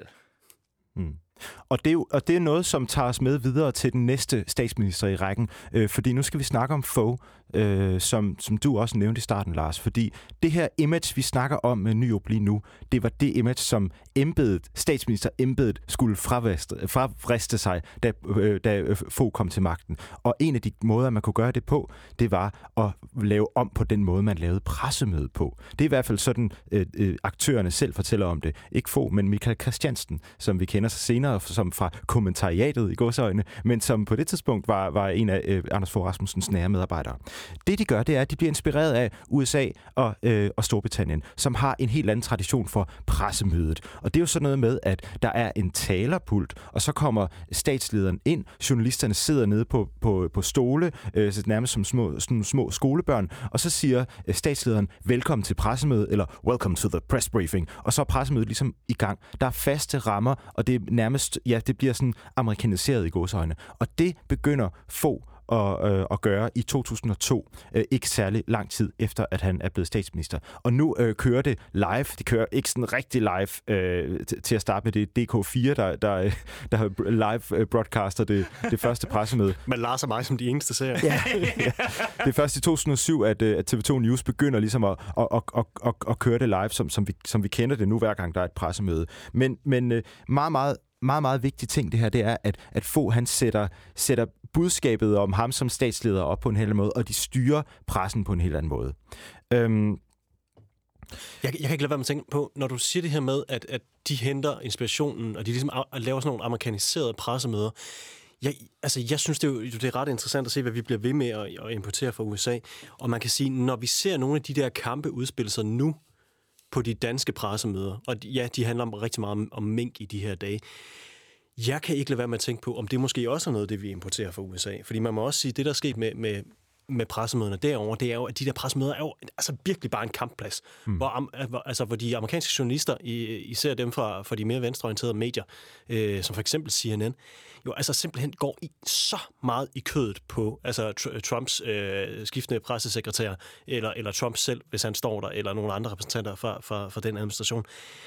Speaker 1: Mm. Og det, er jo, og det er noget, som tager os med videre til den næste statsminister i rækken, øh, fordi nu skal vi snakke om Fogh, øh, som, som du også nævnte i starten, Lars, fordi det her image, vi snakker om med Nyrup lige nu, det var det image, som embedet, statsminister-embedet skulle fravriste, fravriste sig, da, øh, da Fogh kom til magten. Og en af de måder, man kunne gøre det på, det var at lave om på den måde, man lavede pressemøde på. Det er i hvert fald sådan, øh, øh, aktørerne selv fortæller om det. Ikke Fogh, men Michael Christiansen, som vi kender sig senere, som fra kommentariatet i gåseøjne, men som på det tidspunkt var, var en af øh, Anders Fogh Rasmussens nære medarbejdere. Det, de gør, det er, at de bliver inspireret af U S A og, øh, og Storbritannien, som har en helt anden tradition for pressemødet. Og det er jo sådan noget med, at der er en talerpult, og så kommer statslederen ind, journalisterne sidder nede på, på, på stole, øh, nærmest som små, sådan små skolebørn, og så siger øh, statslederen, velkommen til pressemødet, eller welcome to the press briefing, og så er pressemødet ligesom i gang. Der er faste rammer, og det er nærmest ja, det bliver sådan amerikaniseret i gåseøjne. Og det begynder Fogh at, øh, at gøre i to tusind og to, øh, ikke særlig lang tid efter, at han er blevet statsminister. Og nu øh, kører det live. De kører ikke sådan rigtig live øh, t- til at starte med. Det er D K fire, der, der, der live broadcaster det, det første pressemøde.
Speaker 3: Man lader sig mig som de eneste serier.
Speaker 1: Ja, ja. Det er først i to tusind og syv, at, at T V to News begynder ligesom at, at, at, at, at, at køre det live, som, som, vi, som vi kender det nu, hver gang der er et pressemøde. Men, men meget, meget meget, meget vigtig ting, det her, det er, at, at Fogh, han sætter, sætter budskabet om ham som statsleder op på en helt anden måde, og de styrer pressen på en helt anden måde. Øhm.
Speaker 3: Jeg, jeg kan ikke lade være med at tænke på, når du siger det her med, at, at de henter inspirationen, og de ligesom laver sådan nogle amerikaniserede pressemøder. Jeg, altså, jeg synes, det er, jo, det er ret interessant at se, hvad vi bliver ved med at, at importere fra U S A. Og man kan sige, når vi ser nogle af de der kampe udspille sig nu, på de danske pressemøder, og ja, de handler om rigtig meget om, om mink i de her dage. Jeg kan ikke lade være med at tænke på, om det måske også er noget, det vi importerer fra U S A. Fordi man må også sige, at det, der er sket med, med, med pressemøderne derovre, det er jo, at de der pressemøder er jo altså virkelig bare en kampplads. Mm. Hvor, hvor, altså, hvor de amerikanske journalister, især dem fra, fra de mere venstreorienterede medier, øh, som for eksempel C N N, jo altså simpelthen går i så meget i kødet på altså, Trumps øh, skiftende pressesekretær, eller, eller Trump selv, hvis han står der, eller nogle andre repræsentanter fra, fra, fra den administration.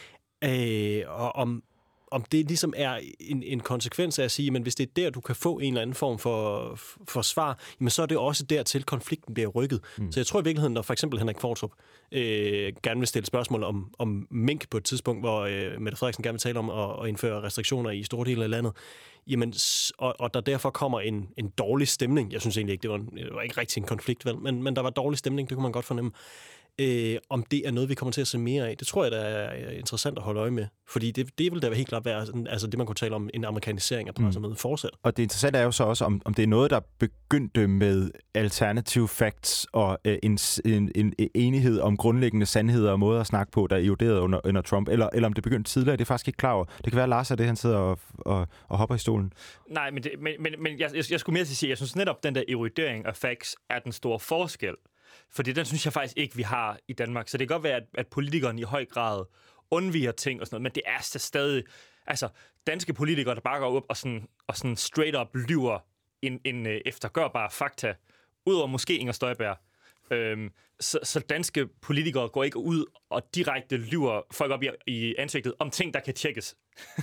Speaker 3: Øh, og om om det ligesom er en, en konsekvens af at sige, men hvis det er der, du kan få en eller anden form for, for svar, jamen så er det også dertil, konflikten bliver rykket. Mm. Så jeg tror i virkeligheden, når for eksempel Henrik Qvortrup øh, gerne vil stille spørgsmål om, om mink på et tidspunkt, hvor øh, Mette Frederiksen gerne vil tale om at, at indføre restriktioner i store dele af landet, jamen, og, og der derfor kommer en, en dårlig stemning. Jeg synes egentlig ikke, det var, en, det var ikke rigtig en konflikt, vel? Men, men der var dårlig stemning, det kunne man godt fornemme. Øh, om det er noget, vi kommer til at se mere af. Det tror jeg, der er interessant at holde øje med. Fordi det, det vil da helt klart være sådan, altså det, man kunne tale om, en amerikanisering af pressemødet mm. fortsat.
Speaker 1: Og det interessante er jo så også, om, om det er noget, der begyndte med alternative facts og øh, en, en, en enighed om grundlæggende sandheder og måder at snakke på, der eroderede under, under Trump, eller, eller om det begyndte tidligere, det er faktisk ikke klar over. Det kan være, Lars er det, han sidder og, og, og hopper i stolen.
Speaker 2: Nej, men, det, men, men, men jeg, jeg, jeg skulle mere til at sige, jeg synes netop, den der erodering af facts er den store forskel. Fordi den synes jeg faktisk ikke, vi har i Danmark. Så det kan godt være, at, at politikerne i høj grad undviger ting og sådan noget, men det er så stadig... Altså, danske politikere, der bare går op og sådan, og sådan straight up lyver en, en øh, eftergørbar fakta, udover måske Inger Støjberg. Øhm, så, så danske politikere går ikke ud og direkte lyver folk op i, i ansigtet om ting, der kan tjekkes.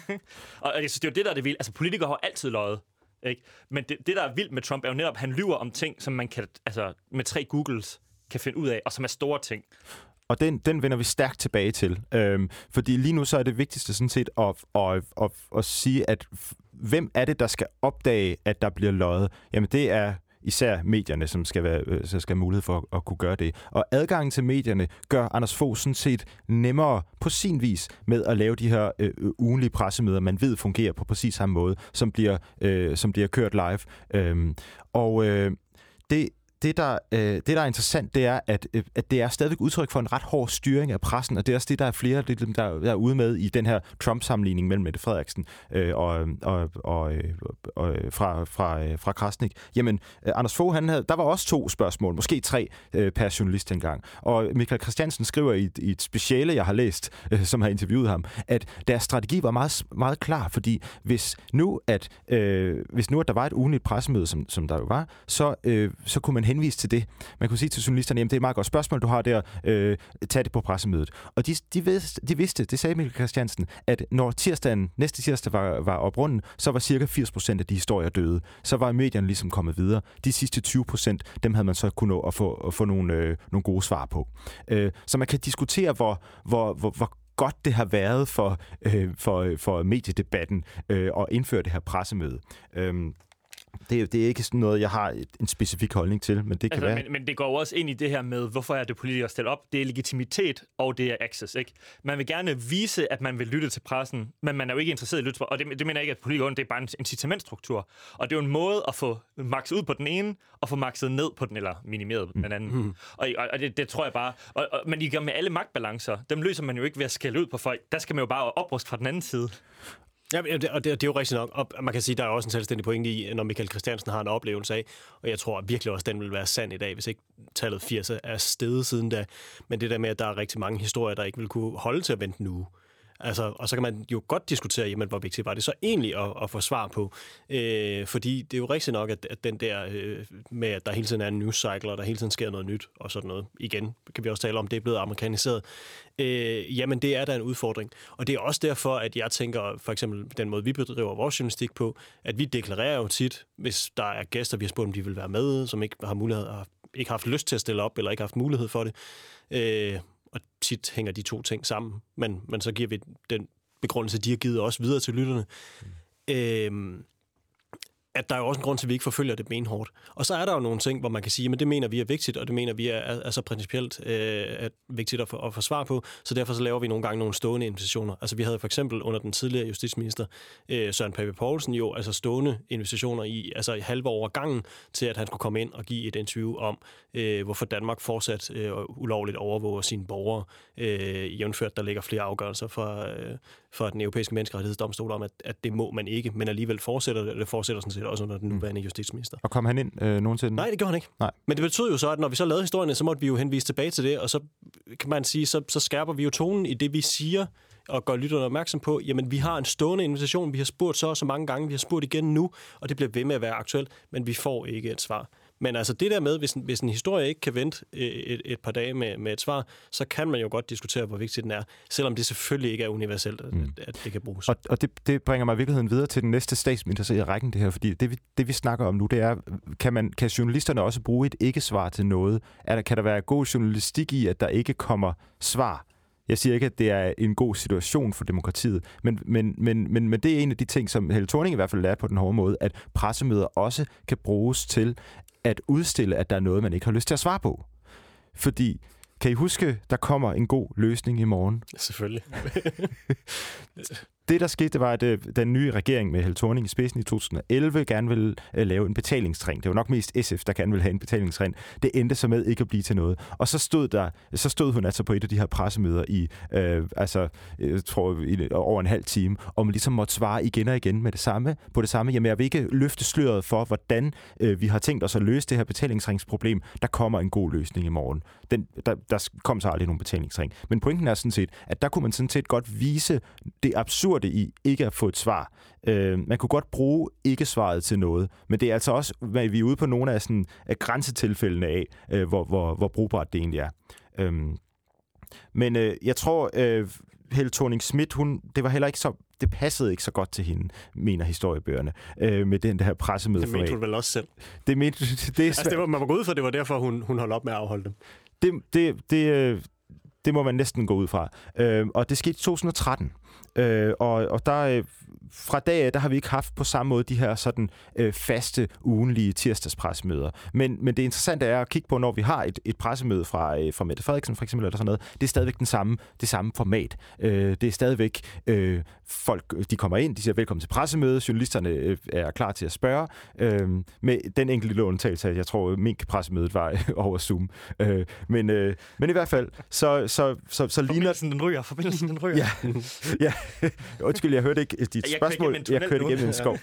Speaker 2: Og jeg synes, det er jo det, der er det vildt. Altså, politikere har altid løjet. Ikke? Men det, det, der er vildt med Trump, er jo netop, at han lyver om ting, som man kan, altså med tre Googles kan finde ud af, og som er store ting.
Speaker 1: Og den, den vender vi stærkt tilbage til. Øhm, fordi lige nu så er det vigtigste sådan set at, at, at, at, at sige, at hvem er det, der skal opdage, at der bliver løjet? Jamen det er især medierne, som skal, være, øh, så skal have mulighed for at, at kunne gøre det. Og adgangen til medierne gør Anders Fogh sådan set nemmere på sin vis med at lave de her øh, ugenlige pressemøder, man ved fungerer på præcis samme måde, som bliver, øh, som bliver kørt live. Øhm, og øh, det Det der, øh, det, der er interessant, det er, at, øh, at det er stadigvæk udtryk for en ret hård styring af pressen, og det er også det, der er flere, der, der er ude med i den her Trump-sammenligning mellem Mette Frederiksen øh, og, og, og, øh, og fra, fra, øh, fra Krasnik. Jamen, øh, Anders Fogh, han havde, der var også to spørgsmål, måske tre øh, per journalist engang. Og Michael Christiansen skriver i, i et speciale, jeg har læst, øh, som har interviewet ham, at deres strategi var meget, meget klar, fordi hvis nu, at, øh, hvis nu, at der var et ugenligt pressemøde, som, som der jo var, så, øh, så kunne man henvise til det. Man kunne sige til journalisterne, jamen det er et meget godt spørgsmål, du har der, øh, tag det på pressemødet. Og de, de, vidste, de vidste, det sagde Michael Christiansen, at når tirsdagen, næste tirsdag var, var oprunden, så var cirka firs procent af de historier døde. Så var medierne ligesom kommet videre. De sidste tyve procent, dem havde man så kunnet nå at få, at få nogle, øh, nogle gode svar på. Øh, så man kan diskutere, hvor, hvor, hvor, hvor godt det har været for, øh, for, for mediedebatten øh, at indføre det her pressemøde. Øh, Det, det er ikke sådan noget, jeg har en specifik holdning til, men det kan
Speaker 2: altså,
Speaker 1: være...
Speaker 2: Men, men det går jo også ind i det her med, hvorfor er det politikere stille op? Det er legitimitet, og det er access, ikke? Man vil gerne vise, at man vil lytte til pressen, men man er jo ikke interesseret i at lytte til pressen. Og det, det mener jeg ikke, at politikere, det er bare en incitamentstruktur. Og det er jo en måde at få makset ud på den ene, og få makset ned på den, eller minimeret på den anden. Mm. Og, og det, det tror jeg bare... Og, og, men I gør med alle magtbalancer, dem løser man jo ikke ved at skælde ud på folk. Der skal man jo bare opruste fra den anden side.
Speaker 3: Ja, og det, og det er jo rigtigt nok. Og man kan sige, at der er også en selvstændig pointe i, når Michael Christiansen har en oplevelse af, og jeg tror virkelig også, at den vil være sand i dag, hvis ikke tallet firs er steget siden da. Men det der med, at der er rigtig mange historier, der ikke vil kunne holde til at vente en uge. Altså, og så kan man jo godt diskutere, jamen, hvor vigtigt var det så egentlig at, at få svar på. Øh, fordi det er jo rigtigt nok, at, at den der øh, med, at der hele tiden er en news cycle, og der hele tiden sker noget nyt og sådan noget. Igen kan vi også tale om, det er blevet amerikaniseret. Øh, jamen, det er da en udfordring. Og det er også derfor, at jeg tænker, for eksempel den måde, vi bedriver vores journalistik på, at vi deklarerer jo tit, hvis der er gæster, vi har spurgt, om de vil være med, som ikke har mulighed, har ikke haft lyst til at stille op, eller ikke haft mulighed for det. Øh, Og tit hænger de to ting sammen. Men, men så giver vi den begrundelse, de har givet os videre til lytterne. Mm. Øhm, at der er jo også en grund til, at vi ikke forfølger det benhårdt. Og så er der jo nogle ting, hvor man kan sige, at det mener vi er vigtigt, og det mener vi er, er, er så principielt øh, er vigtigt at få, at få svar på. Så derfor så laver vi nogle gange nogle stående invitationer. Altså vi havde for eksempel under den tidligere justitsminister øh, Søren Pape Poulsen jo altså stående invitationer i altså i halve år gangen til, at han skulle komme ind og give et interview om, øh, hvorfor Danmark fortsat øh, ulovligt overvåger sine borgere, øh, jævnført der ligger flere afgørelser fra, øh, fra den europæiske menneskerettighedsdomstol om, at, at det må man ikke, men alligevel fortsætter det, det fortsætter sådan set også under den nuværende justitsminister.
Speaker 1: Og kom han ind øh, nogensinde?
Speaker 3: Nej, det gjorde han ikke.
Speaker 1: Nej.
Speaker 3: Men det betød jo så, at når vi så lavede historien, så måtte vi jo henvise tilbage til det, og så kan man sige, så, så skærper vi jo tonen i det, vi siger, og gør lytterne opmærksom på, jamen vi har en stående invitation, vi har spurgt så og så mange gange, vi har spurgt igen nu, og det bliver ved med at være aktuelt, men vi får ikke et svar. Men altså det der med, hvis en, hvis en historie ikke kan vente et, et par dage med, med et svar, så kan man jo godt diskutere, hvor vigtigt den er, selvom det selvfølgelig ikke er universelt, at, mm. at det kan bruges.
Speaker 1: Og, og det, det bringer mig i virkeligheden videre til den næste statsminister i rækken, det her, fordi det vi, det, vi snakker om nu, det er, kan, man, kan journalisterne også bruge et ikke-svar til noget? Er der, kan der være god journalistik i, at der ikke kommer svar? Jeg siger ikke, at det er en god situation for demokratiet, men, men, men, men, men det er en af de ting, som Helle Thorning i hvert fald lærer på den hårde måde, at pressemøder også kan bruges til at udstille, at der er noget, man ikke har lyst til at svare på. Fordi, kan I huske, der kommer en god løsning i morgen?
Speaker 3: Selvfølgelig.
Speaker 1: Det, der skete, det var, at øh, den nye regering med Helle Thorning i spidsen i to tusind og elleve gerne ville øh, lave en betalingstræng. Det var nok mest S F, der gerne ville have en betalingstræng. Det endte så med ikke at blive til noget. Og så stod, der, så stod hun altså på et af de her pressemøder i, øh, altså, jeg tror, i, over en halv time, og man ligesom måtte svare igen og igen med det samme, på det samme. Jamen, jeg vil ikke løfte sløret for, hvordan øh, vi har tænkt os at løse det her betalingsringsproblem. Der kommer en god løsning i morgen. Den, der, der kom så aldrig nogen betalingsring. Men pointen er sådan set, at der kunne man sådan set godt vise det absurde i ikke at få et svar. Øh, man kunne godt bruge ikke-svaret til noget, men det er altså også, at vi er ude på nogle af, sådan, af grænsetilfældene af, øh, hvor, hvor, hvor brugbart det egentlig er. Øh, men øh, jeg tror, øh, Helle Thorning-Schmidt, hun, det var heller ikke så, det passede ikke så godt til hende, mener historiebøgerne, øh, med den der pressemøde.
Speaker 3: Det mente hun vel også selv.
Speaker 1: Det mente, det er
Speaker 3: altså, det var, man var gået ud for, det var derfor, hun, hun holdt op med at afholde dem.
Speaker 1: Det, det, det, øh, det må man næsten gå ud fra. Øh, og det skete i to tusind og tretten. Øh, og, og der, øh, fra dag af, der har vi ikke haft på samme måde de her sådan øh, faste, ugenlige tirsdagspressemøder. Men, men det interessante er at kigge på, når vi har et, et pressemøde fra, øh, fra Mette Frederiksen for eksempel, eller sådan noget, det er stadigvæk den samme, det samme format. Øh, det er stadigvæk øh, folk, de kommer ind, de siger velkommen til pressemødet, journalisterne øh, er klar til at spørge, øh, med den enkelte lille undtagelse, at jeg tror, mink-pressemødet var over Zoom. Øh, men, øh, men i hvert fald, så, så, så, så ligner...
Speaker 2: Forbindelsen den ryger, forbindelsen den ryger.
Speaker 1: Ja, ja. Undskyld, jeg hørte ikke dit jeg spørgsmål. Jeg kørte igennem en skov.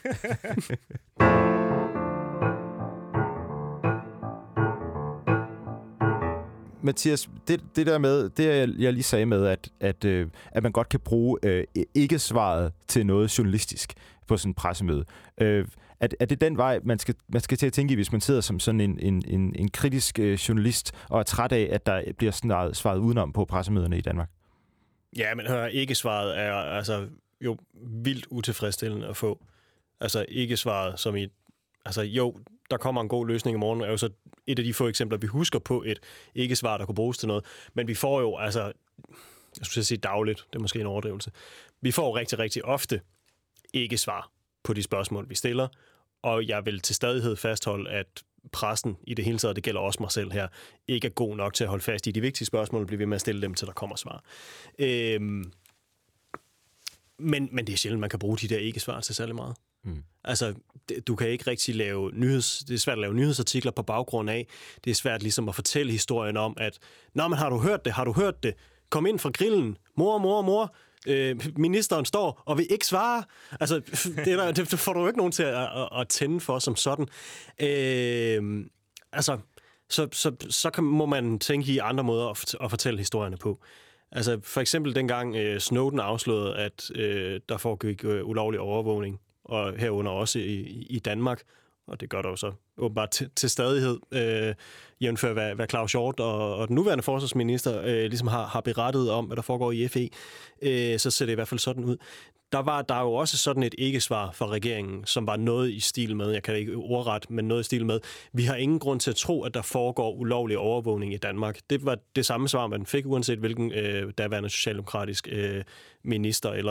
Speaker 1: Mathias, det, det der med, det jeg lige sagde med, at, at, øh, at man godt kan bruge øh, ikke-svaret til noget journalistisk på sådan en pressemøde. Øh, er, er det den vej, man skal, man skal til at tænke i, hvis man sidder som sådan en, en, en, en kritisk øh, journalist og er træt af, at der bliver snart svaret udenom på pressemøderne i Danmark?
Speaker 3: Ja, men hør, ikke-svaret er altså jo vildt utilfredsstillende at få. Altså ikke-svaret som i... Altså jo, der kommer en god løsning i morgen, er jo så et af de få eksempler, vi husker på et ikke-svar, der kunne bruges til noget. Men vi får jo altså... Jeg skulle sige dagligt, det er måske en overdrivelse. Vi får rigtig, rigtig ofte ikke-svar på de spørgsmål, vi stiller. Og jeg vil til stadighed fastholde, at pressen i det hele taget, det gælder også mig selv her, ikke er god nok til at holde fast i de vigtige spørgsmål, og blive ved med at stille dem, til der kommer svar. Øhm, men, men det er sjældent, man kan bruge de der ikke-svar til særlig meget. Mm. Altså, du kan ikke rigtig lave nyheds... Det er svært at lave nyhedsartikler på baggrund af. Det er svært ligesom at fortælle historien om, at nå, men har du hørt det? Har du hørt det? Kom ind fra grillen. Mor, mor, mor. Øh, ministeren står og vil ikke svare. Altså, det, der, det får du jo ikke nogen til at, at, at tænde for som sådan. Øh, altså, så, så, så kan, må man tænke i andre måder at, at fortælle historierne på. Altså, for eksempel dengang øh, Snowden afslørede, at øh, der foregik øh, ulovlig overvågning, og herunder også i, i Danmark, og det gør der jo så åbenbart til, til stadighed, øh, jævnfør hvad, hvad Claus Hjort og, og den nuværende forsvarsminister øh, ligesom har, har berettet om, hvad der foregår i F E, øh, så ser det i hvert fald sådan ud. Der var der jo også sådan et ikke-svar fra regeringen, som var noget i stil med, jeg kan ikke ordret, men noget i stil med, vi har ingen grund til at tro, at der foregår ulovlig overvågning i Danmark. Det var det samme svar, man fik, uanset hvilken øh, daværende socialdemokratisk øh, minister eller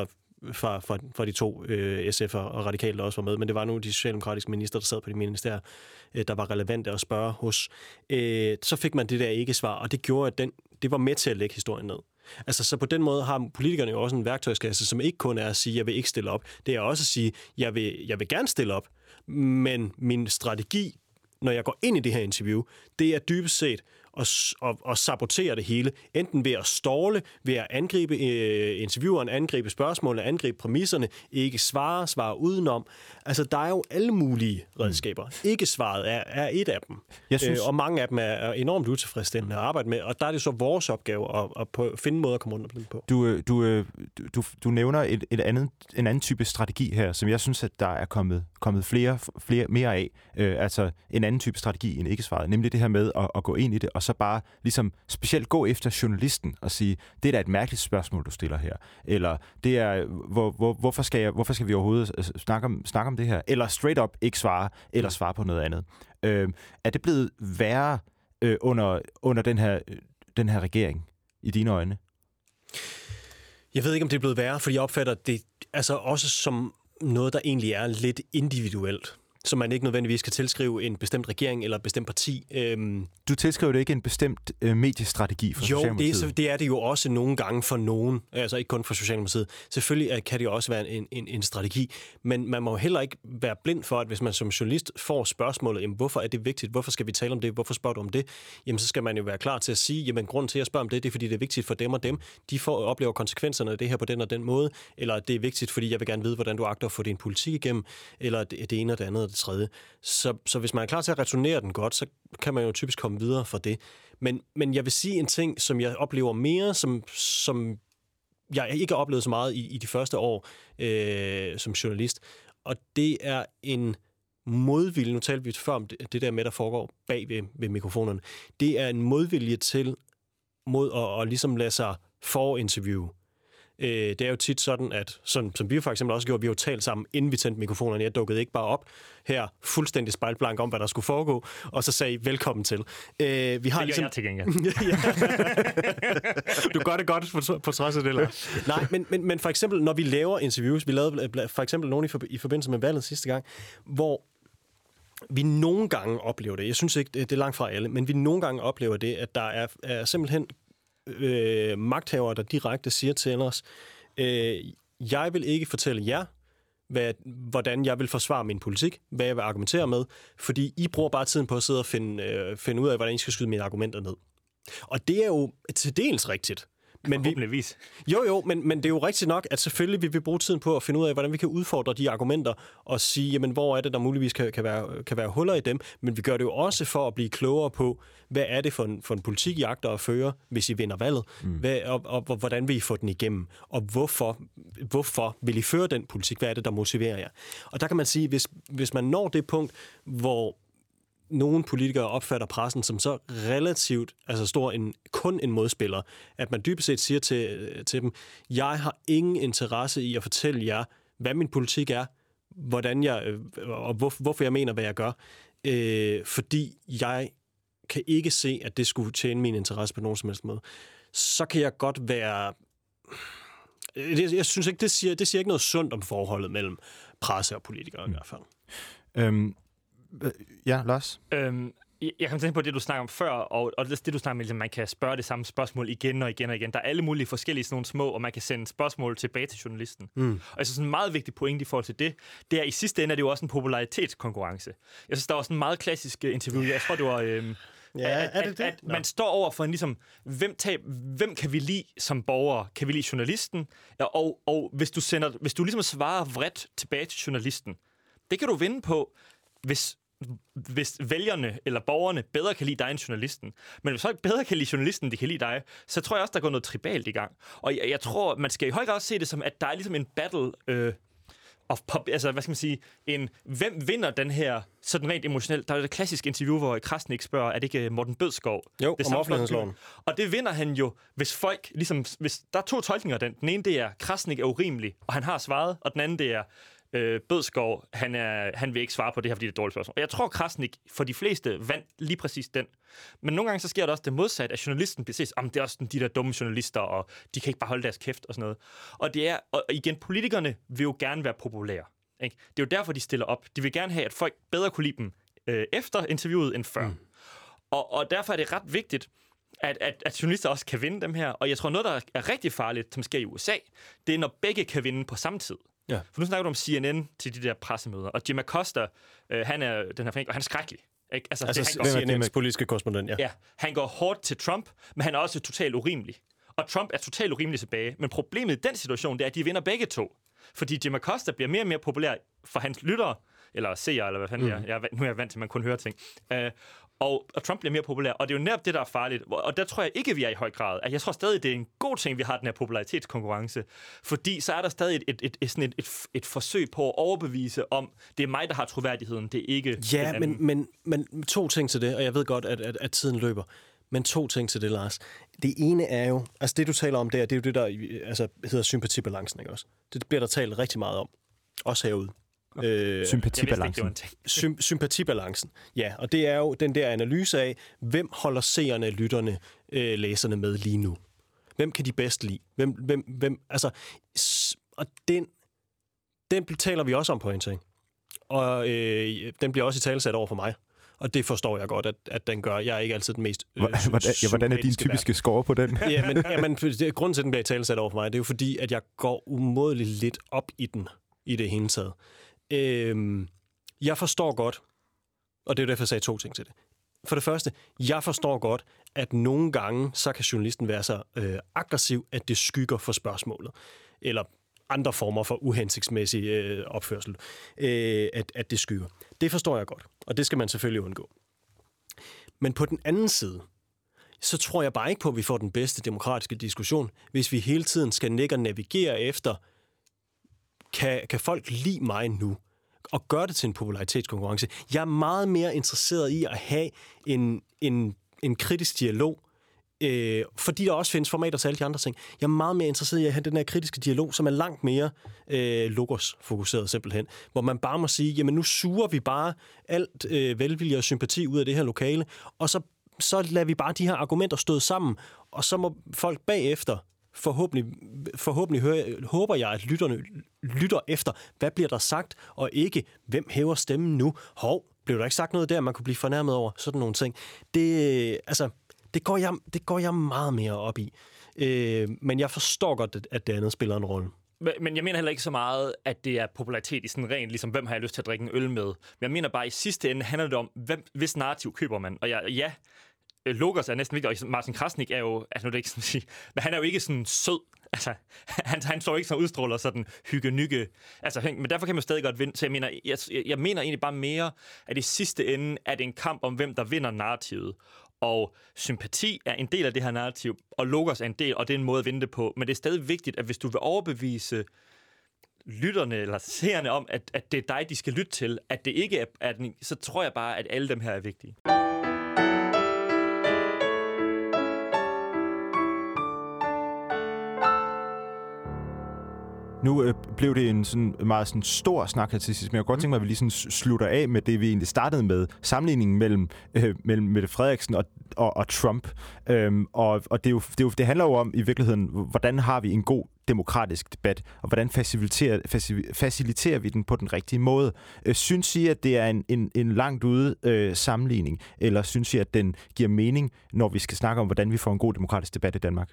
Speaker 3: fra, fra, fra de to øh, S F'er og radikale, der også var med, men det var nogle af de socialdemokratiske minister, der sad på de ministerier, øh, der var relevante at spørge hos. Øh, så fik man det der ikke-svar, og det gjorde, at den, det var med til at lægge historien ned. Altså, så på den måde har politikerne jo også en værktøjskasse, som ikke kun er at sige, jeg vil ikke stille op. Det er også at sige, jeg vil, jeg vil gerne stille op, men min strategi, når jeg går ind i det her interview, det er dybest set at, at, at sabotere det hele. Enten ved at ståle, ved at angribe øh, intervieweren, angribe spørgsmålene, angribe præmisserne, ikke svare, svare udenom. Altså, der er jo alle mulige redskaber. Mm. Ikke svaret er, er et af dem. Jeg synes... øh, og mange af dem er enormt utilfredsstillende at arbejde med, og der er det så vores opgave at, at, at finde måder at komme rundt om dem på.
Speaker 1: Du, du, du, du nævner et, et andet, en anden type strategi her, som jeg synes, at der er kommet, kommet flere, flere, mere af. Øh, altså en anden type strategi end ikke-svaret, nemlig det her med at, at gå ind i det, og så bare ligesom specielt gå efter journalisten og sige, det er da et mærkeligt spørgsmål, du stiller her. Eller det er, hvor, hvor, hvorfor, skal jeg, hvorfor skal vi overhovedet snakke om, snakke om det her? Eller straight up ikke svare, eller svare på noget andet. Øh, er det blevet værre øh, under, under den her, den her regering, i dine øjne?
Speaker 3: Jeg ved ikke, om det er blevet værre, fordi jeg opfatter det altså også som noget, der egentlig er lidt individuelt, som man ikke nødvendigvis kan tilskrive en bestemt regering eller et bestemt parti. Øhm,
Speaker 1: du tilskriver det ikke en bestemt øh, mediestrategi for
Speaker 3: jo,
Speaker 1: Socialdemokratiet?
Speaker 3: Jo, det, det er det jo også nogle gange for nogen, altså ikke kun for Socialdemokratiet. Selvfølgelig kan det jo også være en, en, en strategi, men man må jo heller ikke være blind for, at hvis man som journalist får spørgsmålet, jamen, hvorfor er det vigtigt, hvorfor skal vi tale om det, hvorfor spørger du om det, jamen så skal man jo være klar til at sige, jamen grunden til at spørge om det, det er fordi det er vigtigt for dem og dem, de får oplever konsekvenserne af det her på den og den måde, eller det er vigtigt, fordi jeg vil gerne vide, hvordan du agter at få din politik igennem, eller det, det ene og det andet og det tredje. Så, så hvis man er klar til at returnere den godt, så kan man jo typisk komme videre fra det. Men, men jeg vil sige en ting, som jeg oplever mere, som, som jeg ikke har oplevet så meget i, i de første år øh, som journalist, og det er en modvilje, nu talte vi før om det, det der med, der foregår bag ved, ved mikrofonerne, det er en modvilje til mod at, at ligesom lade sig forinterviewe. Det er jo tit sådan, at som, som vi for eksempel også gjorde, vi har jo talt sammen, inden vi tændte mikrofonerne. Jeg dukkede ikke bare op her, fuldstændig spejlblank om, hvad der skulle foregå, og så sagde I velkommen til. Øh, vi har
Speaker 2: det
Speaker 3: ligesom...
Speaker 2: jeg til gengæld.
Speaker 3: Du gør det godt på, på trods af det. Eller? Nej, men, men, men for eksempel, når vi laver interviews, vi lavede for eksempel nogle i, for, i forbindelse med valget sidste gang, hvor vi nogle gange oplever det, jeg synes ikke, det er langt fra alle, men vi nogle gange oplever det, at der er, er simpelthen Øh, magthavere, der direkte siger til os, øh, jeg vil ikke fortælle jer, hvad, hvordan jeg vil forsvare min politik, hvad jeg vil argumentere med, fordi I bruger bare tiden på at sidde og finde, øh, finde ud af, hvordan I skal skyde mine argumenter ned. Og det er jo til dels rigtigt. Men vi, jo, jo, men, men det er jo rigtigt nok, at selvfølgelig vil vi bruge tiden på at finde ud af, hvordan vi kan udfordre de argumenter og sige, jamen, hvor er det, der muligvis kan, kan, være, kan være huller i dem, men vi gør det jo også for at blive klogere på, hvad er det for en, for en politik, I agter at føre, hvis I vinder valget, mm. hvad, og, og, og hvordan vil I få den igennem, og hvorfor, hvorfor vil I føre den politik, hvad er det, der motiverer jer? Og der kan man sige, hvis, hvis man når det punkt, hvor nogle politikere opfatter pressen som så relativt altså stor en, kun en modspiller, at man dybest set siger til, til dem, jeg har ingen interesse i at fortælle jer, hvad min politik er, hvordan jeg, og hvor, hvorfor jeg mener, hvad jeg gør, øh, fordi jeg kan ikke se, at det skulle tjene min interesse på nogen som helst måde. Så kan jeg godt være... Jeg synes ikke, det siger, det siger ikke noget sundt om forholdet mellem presse og politikere mm. i hvert fald.
Speaker 1: Øhm Ja, Lars?
Speaker 2: Øhm, jeg kan tænke på det, du snakker om før, og, og det, du snakker med, at man kan spørge det samme spørgsmål igen og igen og igen. Der er alle mulige forskellige sådan nogle små, og man kan sende spørgsmål tilbage til journalisten. Mm. Og jeg synes, sådan en meget vigtig point i forhold til det, det er, i sidste ende er det jo også en popularitetskonkurrence. Jeg synes, der var sådan en meget klassisk interview. Jeg tror, det var... Øhm,
Speaker 3: Ja,
Speaker 2: at,
Speaker 3: er det det?
Speaker 2: At, at man står over for en ligesom, hvem, tab, hvem kan vi lide som borgere? Kan vi lide journalisten? Og, og hvis du sender, hvis du ligesom svarer vredt tilbage til journalisten, det kan du vinde på, hvis hvis vælgerne eller borgerne bedre kan lide dig end journalisten. Men hvis folk bedre kan lide journalisten, de kan lide dig, så tror jeg også, der går noget tribalt i gang. Og jeg, jeg tror, man skal i høj grad også se det som, at der er ligesom en battle øh, of pop, altså hvad skal man sige, en, hvem vinder den her, sådan rent emotionelt. Der er det klassiske interview, hvor Krasnik spørger, er det ikke Morten Bødskov?
Speaker 3: Jo,
Speaker 2: det
Speaker 3: om offentlighedsloven.
Speaker 2: Og det vinder han jo, hvis folk, ligesom, hvis der er to tolkninger af den. Den ene, det er, Krasnik er urimelig, og han har svaret, og den anden, det er, øh, Bødskov, han, er, han vil ikke svare på det her, fordi det er et dårligt spørgsmål. Og jeg tror, Krasnik for de fleste vandt lige præcis den. Men nogle gange så sker der også det modsatte, at journalisten bliver set, om det er også de der dumme journalister, og de kan ikke bare holde deres kæft og sådan noget. Og det er, og igen, politikerne vil jo gerne være populære. Ikke? Det er jo derfor, de stiller op. De vil gerne have, at folk bedre kunne lide dem øh, efter interviewet end før. Mm. Og, og derfor er det ret vigtigt, At, at, at journalister også kan vinde dem her. Og jeg tror, noget, der er rigtig farligt, som sker i U S A, det er, når begge kan vinde på samme tid. Ja. For nu snakker du om C N N til de der pressemøder. Og Jim Acosta, øh, han er den her fæng, og han er skrækkelig. Ikke? Altså,
Speaker 3: altså
Speaker 2: det, han
Speaker 3: går, C N N's politiske korrespondent, ja.
Speaker 2: Ja, han går hårdt til Trump, men han er også totalt urimelig. Og Trump er totalt urimelig tilbage. Men problemet i den situation, det er, at de vinder begge to. Fordi Jim Acosta bliver mere og mere populær for hans lyttere, eller seere, eller hvad fanden mm. jeg, jeg Nu er jeg vant til, at man kun hører ting. Uh, Og, og Trump bliver mere populær, og det er jo netop det, der er farligt. Og der tror jeg ikke, vi er i høj grad. At jeg tror stadig, det er en god ting, vi har den her popularitetskonkurrence. Fordi så er der stadig et, et, et, et, sådan et, et, et forsøg på at overbevise om, det er mig, der har troværdigheden, det er ikke
Speaker 3: ja, den anden. Men, men, men to ting til det, og jeg ved godt, at, at, at tiden løber. Men to ting til det, Lars. Det ene er jo, altså det, du taler om der, det er jo det, der altså, hedder sympatibalancen, ikke også? Det bliver der talt rigtig meget om. Også herude.
Speaker 1: Øh, sympatibalancen.
Speaker 3: Sym- sympatibalancen. Ja, og det er jo den der analyse af, hvem holder seerne, lytterne, øh, læserne med lige nu. Hvem kan de bedst lide? Hvem, hvem, hvem, altså, og den, den taler vi også om på en ting. Og øh, den bliver også i talesat over for mig. Og det forstår jeg godt, at, at den gør. Jeg er ikke altid den mest øh,
Speaker 1: hvordan, ja, hvordan er din typiske værd. Score på den?
Speaker 3: ja, men, ja, men det, grunden til, at den bliver i talesat over for mig, det er jo fordi, at jeg går umådeligt lidt op i den, i det hele taget. Øhm, jeg forstår godt, og det er derfor, jeg sagde to ting til det. For det første, jeg forstår godt, at nogle gange, så kan journalisten være så øh, aggressiv, at det skygger for spørgsmålet. Eller andre former for uhensigtsmæssig øh, opførsel, øh, at, at det skygger. Det forstår jeg godt, og det skal man selvfølgelig undgå. Men på den anden side, så tror jeg bare ikke på, at vi får den bedste demokratiske diskussion, hvis vi hele tiden skal nikke og navigere efter, kan, kan folk lide mig nu? Og gøre det til en popularitetskonkurrence. Jeg er meget mere interesseret i at have en, en, en kritisk dialog, øh, fordi der også findes formater til alle de andre ting. Jeg er meget mere interesseret i at have den her kritiske dialog, som er langt mere øh, logos-fokuseret simpelthen. Hvor man bare må sige, jamen nu suger vi bare alt øh, velvilje og sympati ud af det her lokale, og så, så lader vi bare de her argumenter støde sammen, og så må folk bagefter Forhåbentlig, forhåbentlig hører, håber jeg, at lytterne lytter efter, hvad bliver der sagt, og ikke, hvem hæver stemmen nu? Hov, blev der ikke sagt noget der, man kunne blive fornærmet over? Sådan nogle ting. Det, altså, det, går, jeg, det går jeg meget mere op i. Øh, men jeg forstår godt, at det andet spiller en rolle.
Speaker 2: Men jeg mener heller ikke så meget, at det er popularitet i sådan rent, ligesom hvem har jeg lyst til at drikke en øl med. Men jeg mener bare, at i sidste ende handler det om, hvem, hvis narrativ køber man. Og jeg, ja, Logos er næsten vigtigt, og Martin Krasnik er jo, altså nu er det ikke sådan at sige, men han er jo ikke sådan sød. Altså, han, han står ikke sådan udstråler sådan hygge-nygge. Altså, men derfor kan man stadig godt vinde. Så jeg mener, jeg, jeg mener egentlig bare mere, at i sidste ende er det en kamp om, hvem der vinder narrativet. Og sympati er en del af det her narrativ, og Logos er en del, og det er en måde at vinde det på. Men det er stadig vigtigt, at hvis du vil overbevise lytterne eller seerne om, at, at det er dig, de skal lytte til, at det ikke er, at, så tror jeg bare, at alle dem her er vigtige.
Speaker 1: Nu øh, blev det en sådan meget sådan stor snak her til sidst, men jeg kunne godt tænke mig, at vi lige sådan slutter af med det, vi egentlig startede med, sammenligningen mellem, øh, mellem Mette Frederiksen og, og, og Trump. Øhm, og og det, er jo, det, er jo, det handler jo om i virkeligheden, hvordan har vi en god demokratisk debat, og hvordan faciliterer, faciliterer vi den på den rigtige måde. Øh, synes I, at det er en, en, en langt ude øh, sammenligning, eller synes I, at den giver mening, når vi skal snakke om, hvordan vi får en god demokratisk debat i Danmark?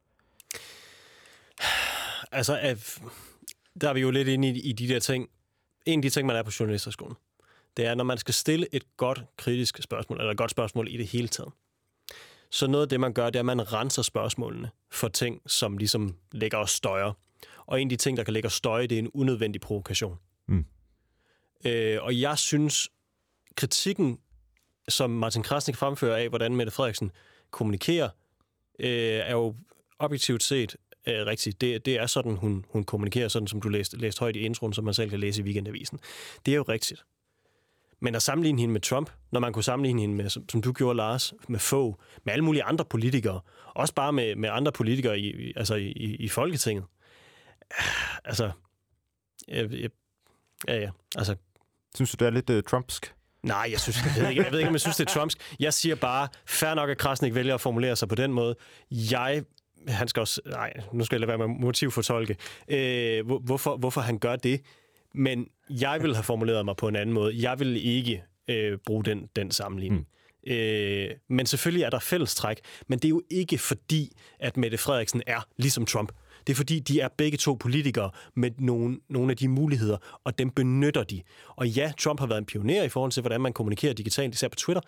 Speaker 3: Altså, der er vi jo lidt inde i, i de der ting. En af de ting, man er på journalisterskolen, det er, når man skal stille et godt kritisk spørgsmål, eller et godt spørgsmål i det hele taget. Så noget af det, man gør, det er, at man renser spørgsmålene for ting, som ligesom ligger og støjer. Og en af de ting, der kan ligge og støje, det er en unødvendig provokation. Mm. Øh, og jeg synes, kritikken, som Martin Krasnik fremfører af, hvordan Mette Frederiksen kommunikerer, øh, er jo objektivt set Øh, rigtigt. Det, det er sådan, hun, hun kommunikerer, sådan som du læste, læste højt i introen, som man selv kan læse i Weekendavisen. Det er jo rigtigt. Men at sammenligne hende med Trump, når man kunne sammenligne hende med, som, som du gjorde, Lars, med Fogh, med alle mulige andre politikere, også bare med, med andre politikere i, altså i, i, i Folketinget. Altså, jeg, jeg, Ja, ja. Altså,
Speaker 1: synes du, det er lidt uh, trumpsk?
Speaker 3: Nej, jeg, synes, jeg, ved ikke, jeg ved ikke, om jeg synes, det er trumpsk. Jeg siger bare, fair nok, at Krasnik vælger at formulere sig på den måde. Jeg... Han skal også... Nej, nu skal jeg lade være med motivfortolke. Øh, hvor, hvorfor, hvorfor han gør det. Men jeg vil have formuleret mig på en anden måde. Jeg vil ikke øh, bruge den, den sammenligning. Mm. Øh, men selvfølgelig er der fællestræk. Men det er jo ikke fordi, at Mette Frederiksen er ligesom Trump. Det er fordi, de er begge to politikere med nogle, nogle af de muligheder, og dem benytter de. Og ja, Trump har været en pioner i forhold til, hvordan man kommunikerer digitalt, især på Twitter.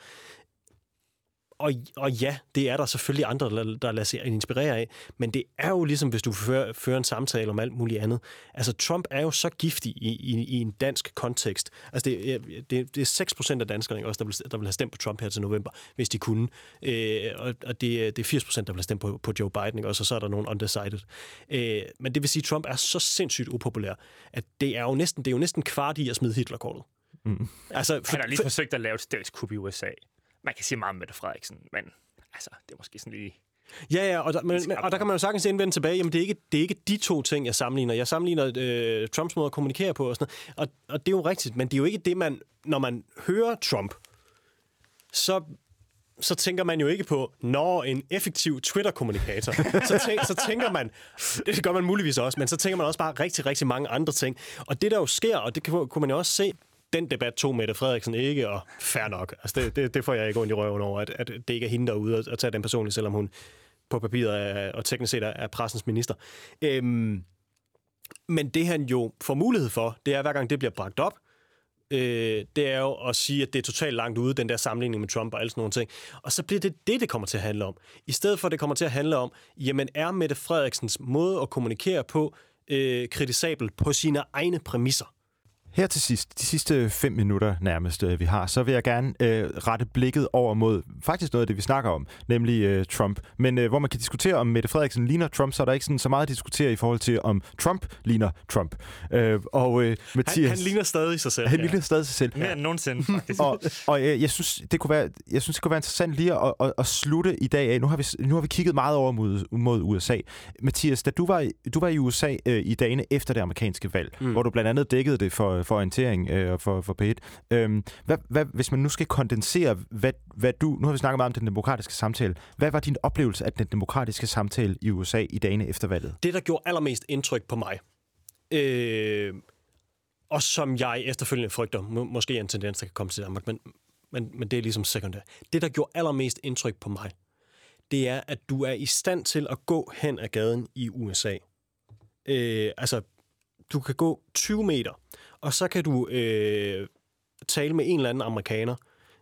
Speaker 3: Og, og ja, det er der selvfølgelig andre, der, der lader sig inspirere af, men det er jo ligesom, hvis du fører, fører en samtale om alt muligt andet. Altså, Trump er jo så giftig i, i, i en dansk kontekst. Altså, det, det, det er seks procent af danskerne også, der vil, der vil have stemt på Trump her til november, hvis de kunne. Øh, og og det, det er firs procent, der vil have stemt på, på Joe Biden, og så, så er der nogen undecided. Øh, men det vil sige, at Trump er så sindssygt upopulær, at det er jo næsten, det er jo næsten kvart i at smide Hitlerkortet.
Speaker 2: Mm. Altså, for, Han har lige for, forsøgt at lave et statskup i U S A. Man kan sige meget om Mette Frederiksen, men altså, det er måske sådan lige...
Speaker 3: Ja, ja, og der, men, og der kan man jo sagtens indvende tilbage, jamen det er ikke, det er ikke de to ting, jeg sammenligner. Jeg sammenligner øh, Trumps måde at kommunikere på og sådan noget. Og, og det er jo rigtigt, men det er jo ikke det, man... Når man hører Trump, så, så tænker man jo ikke på, når en effektiv Twitter-kommunikator, så, tænk, så tænker man... Det gør man muligvis også, men så tænker man også bare rigtig, rigtig mange andre ting. Og det, der jo sker, og det kunne man jo også se... Den debat tog Mette Frederiksen ikke, og fair nok. Altså det, det, det får jeg ikke ondt i røven over, at, at det ikke er hende derude at, at tage den personligt, selvom hun på papiret er, og teknisk set er, er pressens minister. Øhm, men det han jo får mulighed for, det er, hver gang det bliver bragt op, øh, det er jo at sige, at det er totalt langt ude, den der sammenligning med Trump og alle sådan nogle ting. Og så bliver det det, det kommer til at handle om. I stedet for, at det kommer til at handle om, jamen er Mette Frederiksens måde at kommunikere på øh, kritisabel på sine egne præmisser?
Speaker 1: Her til sidst, de sidste fem minutter nærmest, vi har, så vil jeg gerne øh, rette blikket over mod faktisk noget af det, vi snakker om, nemlig øh, Trump. Men øh, hvor man kan diskutere, om Mette Frederiksen ligner Trump, så er der ikke sådan så meget at diskutere i forhold til, om Trump ligner Trump. Øh, og øh, Mathias...
Speaker 3: Han, han ligner stadig sig selv.
Speaker 1: Han
Speaker 3: ja.
Speaker 1: ligner stadig sig selv.
Speaker 2: Mere end nogensinde, faktisk.
Speaker 1: og og øh, jeg, synes, det kunne være, jeg synes, det kunne være interessant lige at, at, at slutte i dag af. Nu har vi, nu har vi kigget meget over mod, mod U S A. Mathias, da du var, du var i U S A øh, i dagene efter det amerikanske valg, mm. hvor du blandt andet dækkede det for for orientering og øh, for, for P et. Øhm, hvad, hvad, hvis man nu skal kondensere, hvad, hvad du... Nu har vi snakket meget om den demokratiske samtale. Hvad var din oplevelse af den demokratiske samtale i U S A i dagene efter valget?
Speaker 3: Det, der gjorde allermest indtryk på mig, øh, og som jeg efterfølgende frygter, må, måske er en tendens, der kan komme til Danmark, men, men, men det er ligesom sekundært. Det, der gjorde allermest indtryk på mig, det er, at du er i stand til at gå hen ad gaden i U S A. Øh, altså, du kan gå tyve meter, og så kan du øh, tale med en eller anden amerikaner,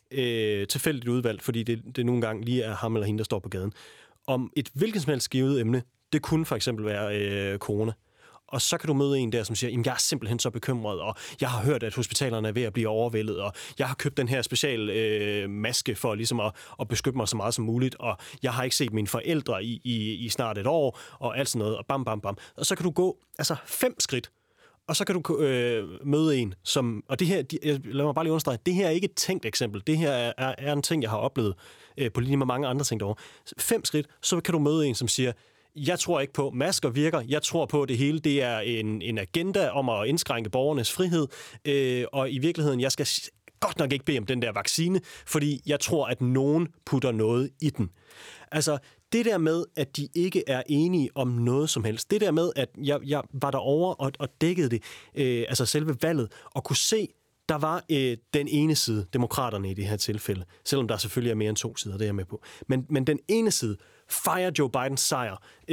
Speaker 3: øh, tilfældigt udvalgt, fordi det, det nogle gange lige er ham eller hende, der står på gaden, om et hvilket som helst givet emne. Det kunne for eksempel være øh, corona. Og så kan du møde en der, som siger, jamen jeg er simpelthen så bekymret, og jeg har hørt, at hospitalerne er ved at blive overvældet, og jeg har købt den her special øh, maske for ligesom at, at beskytte mig så meget som muligt, og jeg har ikke set mine forældre i, i, i snart et år, og alt sådan noget, og bam, bam, bam. Og så kan du gå altså fem skridt, og så kan du øh, møde en, som... Og det her, de, lad mig bare lige understrege, det her er ikke et tænkt eksempel. Det her er, er, er en ting, jeg har oplevet øh, på linje med mange andre ting derovre. Fem skridt, så kan du møde en, som siger, jeg tror ikke på, masker virker. Jeg tror på, at det hele det er en, en agenda om at indskrænke borgernes frihed. Øh, og i virkeligheden, jeg skal godt nok ikke bede om den der vaccine, fordi jeg tror, at nogen putter noget i den. Altså, det der med, at de ikke er enige om noget som helst. Det der med, at jeg, jeg var derovre og, og dækkede det, øh, altså selve valget, og kunne se, der var øh, den ene side, demokraterne i det her tilfælde, selvom der selvfølgelig er mere end to sider, det er jeg med på. Men, men den ene side fejrer Joe Bidens sejr,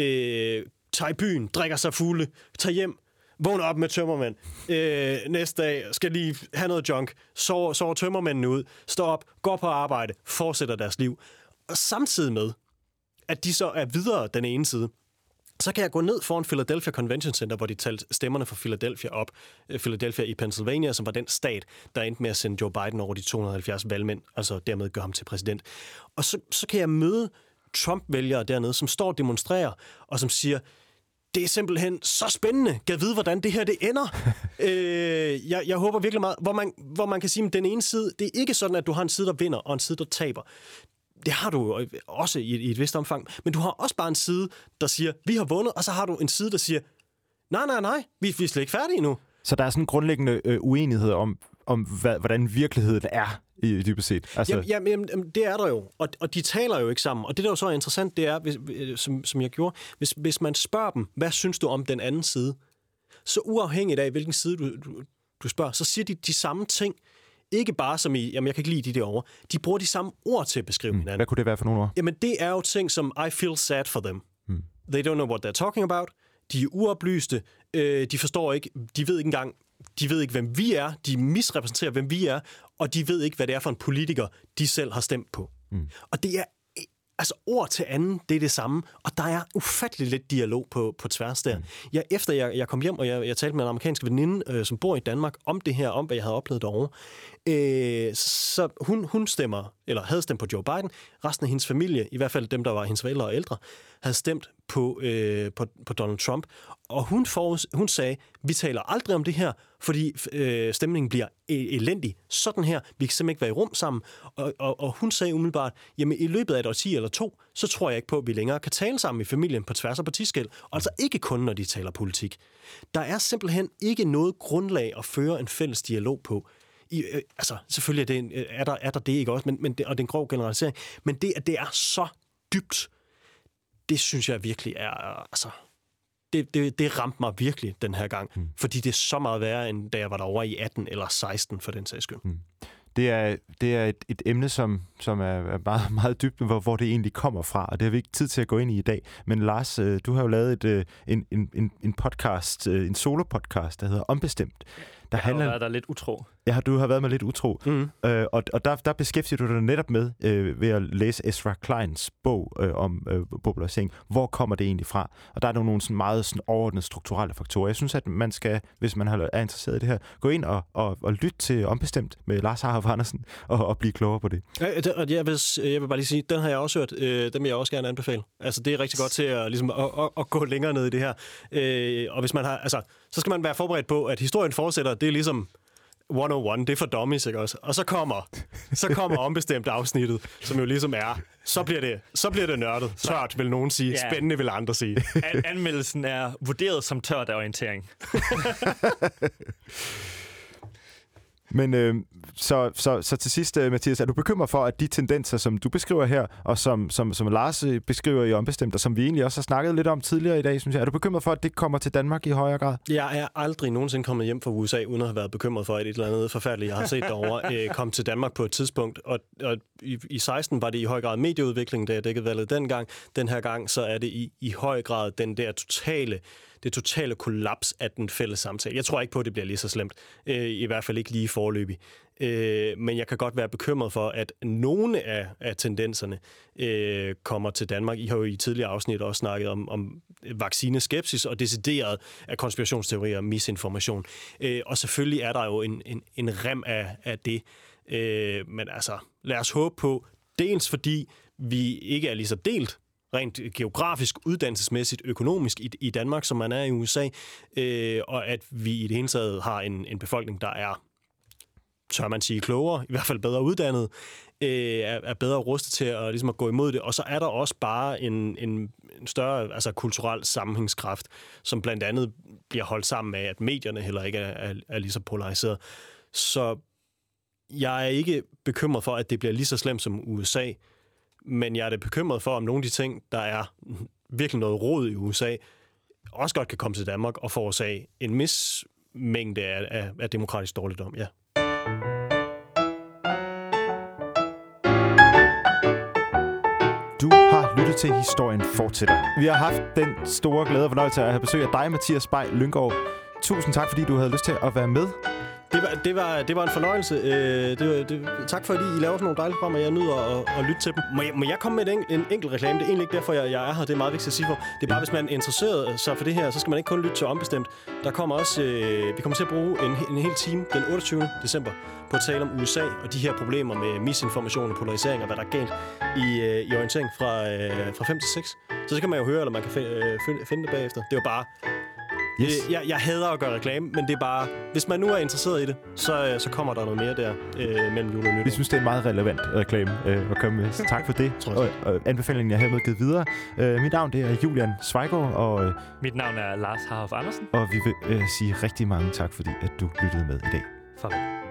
Speaker 3: øh, tager i byen, drikker sig fulde, tager hjem, vågner op med tømmermænd, øh, næste dag skal lige have noget junk, sover, sover tømmermændene ud, står op, går på arbejde, fortsætter deres liv. Og samtidig med, at de så er videre den ene side, så kan jeg gå ned foran Philadelphia Convention Center, hvor de talte stemmerne for Philadelphia op. Philadelphia i Pennsylvania, som var den stat, der endte med at sende Joe Biden over de to hundrede og halvfjerds valgmænd, altså dermed gøre ham til præsident. Og så, så kan jeg møde Trump-vælgere dernede, som står og demonstrerer, og som siger, det er simpelthen så spændende. Kan vide, hvordan det her det ender. øh, jeg, jeg håber virkelig meget, hvor man, hvor man kan sige, at den ene side, det er ikke sådan, at du har en side, der vinder, og en side, der taber. Det har du også i, i et vist omfang. Men du har også bare en side, der siger, vi har vundet, og så har du en side, der siger, nej, nej, nej, vi, vi er slet ikke færdige endnu.
Speaker 1: Så der er sådan en grundlæggende øh, uenighed om, om hvad, hvordan virkeligheden er, i dybest set.
Speaker 3: Altså... Jamen, jamen, jamen, det er der jo, og, og de taler jo ikke sammen. Og det, der jo så er interessant, det er, hvis, som, som jeg gjorde, hvis, hvis man spørger dem, hvad synes du om den anden side? Så uafhængigt af, hvilken side du, du, du spørger, så siger de de samme ting. Ikke bare som i, jamen jeg kan ikke lide de derovre. De bruger de samme ord til at beskrive
Speaker 1: mm.
Speaker 3: hinanden.
Speaker 1: Hvad kunne det være for nogle ord?
Speaker 3: Jamen det er jo ting som, I feel sad for them. Mm. They don't know what they're talking about. De er uoplyste. Øh, de forstår ikke, de ved ikke engang, de ved ikke, hvem vi er. De misrepræsenterer, hvem vi er. Og de ved ikke, hvad det er for en politiker, de selv har stemt på. Mm. Og det er, altså ord til anden, det er det samme. Og der er ufattelig lidt dialog på, på tværs der. Mm. Jeg, efter jeg, jeg kom hjem, og jeg, jeg talte med en amerikansk veninde, øh, som bor i Danmark, om det her, om hvad jeg havde oplevet derovre. Øh, så hun, hun stemmer, eller havde stemt på Joe Biden. Resten af hendes familie, i hvert fald dem, der var hendes forældre og ældre, havde stemt på, øh, på, på Donald Trump. Og hun, for, hun sagde, vi taler aldrig om det her, fordi øh, stemningen bliver elendig. Sådan her, vi kan simpelthen ikke være i rum sammen. Og, og, og hun sagde umiddelbart, jamen i løbet af et årti eller to, så tror jeg ikke på, at vi længere kan tale sammen i familien på tværs af partiskel. Og altså ikke kun, når de taler politik. Der er simpelthen ikke noget grundlag at føre en fælles dialog på. I, øh, altså, selvfølgelig er, det en, er, der, er der det ikke også, men, men det, og det er en grov generalisering. Men det, at det er så dybt, det synes jeg virkelig er... Altså, det, det, det ramte mig virkelig den her gang. Mm. Fordi det er så meget værre, end da jeg var derovre i atten eller seksten, for den sags skyld. Mm.
Speaker 1: Det er, det er et, et emne, som, som er meget, meget dybt, hvor, hvor det egentlig kommer fra, og det har vi ikke tid til at gå ind i i dag. Men Lars, du har jo lavet et, en, en, en podcast, en solo-podcast, der hedder Ombestemt. Der
Speaker 2: jeg har handler... været der lidt utro.
Speaker 1: Ja, du har været med lidt utro. Mm. Øh, og og der, der beskæftiger du dig netop med, øh, ved at læse Ezra Kleins bog øh, om øh, popularisering. Hvor kommer det egentlig fra? Og der er nogle sådan meget sådan overordnede strukturelle faktorer. Jeg synes, at man skal, hvis man er interesseret i det her, gå ind og, og, og lytte til Ombestemt med Lars Harhoff Andersen og, og blive klogere på det.
Speaker 3: Ja, det og jeg, vil, jeg vil bare lige sige, den har jeg også hørt. Øh, den vil jeg også gerne anbefale. Altså, det er rigtig godt til at, ligesom, at, at, at gå længere ned i det her. Øh, og hvis man har... Altså, så skal man være forberedt på, at historien fortsætter. Det er ligesom et nul et, det er for dummies, ikke også? Og så kommer, så kommer Ombestemt afsnittet, som jo ligesom er, så bliver det, så bliver det nørdet. Tørt, vil nogen sige. Ja. Spændende, vil andre sige.
Speaker 2: An- anmeldelsen er vurderet som tørt af orientering.
Speaker 1: Men øh, så, så, så til sidst, Mathias, er du bekymret for, at de tendenser, som du beskriver her, og som, som, som Lars beskriver i Ombestemt, og som vi egentlig også har snakket lidt om tidligere i dag, synes jeg, er du bekymret for, at det kommer til Danmark i højere grad?
Speaker 3: Jeg er aldrig nogensinde kommet hjem fra U S A, uden at have været bekymret for, at et eller andet forfærdeligt, jeg har set derovre, øh, kom til Danmark på et tidspunkt. Og, og i, i seksten var det i høj grad medieudvikling, da jeg dækkede valget dengang. Den her gang, så er det i, i høj grad den der totale... det totale kollaps af den fælles samtale. Jeg tror ikke på, at det bliver lige så slemt. Øh, I hvert fald ikke lige foreløbig. Øh, men jeg kan godt være bekymret for, at nogle af, af tendenserne øh, kommer til Danmark. I har jo i tidligere afsnit også snakket om, om vaccineskepsis og decideret af konspirationsteorier og misinformation. Øh, og selvfølgelig er der jo en, en, en rem af, af det. Øh, men altså, lad os håbe på, dels fordi vi ikke er lige så delt rent geografisk, uddannelsesmæssigt, økonomisk i, i Danmark, som man er i U S A, øh, og at vi i det hele taget har en, en befolkning, der er, tør man sige, klogere, i hvert fald bedre uddannet, øh, er, er bedre rustet til at, ligesom at gå imod det. Og så er der også bare en, en, en større altså, kulturel sammenhængskraft, som blandt andet bliver holdt sammen med, at medierne heller ikke er, er, er lige så polariseret. Så jeg er ikke bekymret for, at det bliver lige så slemt som U S A, men jeg er da bekymret for, om nogle af de ting, der er virkelig noget rod i U S A, også godt kan komme til Danmark og forårsage en mismængde af, af, af demokratisk dårligdom. Ja.
Speaker 1: Du har lyttet til Historien Fortsætter. Vi har haft den store glæde og fornøjelse at have besøg af dig, Mathias Bay Lynggaard. Tusind tak, fordi du havde lyst til at være med.
Speaker 3: Det var, det, var, det var en fornøjelse. Øh, det var, det, tak fordi I laver sådan nogle dejlige programmer, jeg nyder at, at lytte til dem. Må jeg, må jeg komme med en, en enkelt reklame? Det er egentlig ikke derfor, jeg, jeg er her. Det er meget vigtigt at sige for. Det er bare, hvis man er interesseret sig for det her, så skal man ikke kun lytte til Ombestemt. Der kommer også, øh, vi kommer til at bruge en, en hel time den otteogtyvende december på at tale om U S A og de her problemer med misinformation og polarisering og hvad der er galt i, øh, i orientering fra, øh, fra fem til seks. Så så kan man jo høre, eller man kan finde, øh, finde det bagefter. Det var bare
Speaker 1: Yes.
Speaker 3: Øh, jeg, jeg hader at gøre reklame, men det er bare... Hvis man nu er interesseret i det, så, så kommer der noget mere der øh, mellem jul og nytår.
Speaker 1: Vi synes, det er en meget relevant reklame øh, at komme med. Så tak for det. og, og anbefalingen er hermed givet videre. Øh, mit navn det er Julian Svejgaard, og... Øh,
Speaker 2: mit navn er Lars Harhoff Andersen.
Speaker 1: Og vi vil øh, sige rigtig mange tak, fordi at du lyttede med i dag.
Speaker 2: Farvel.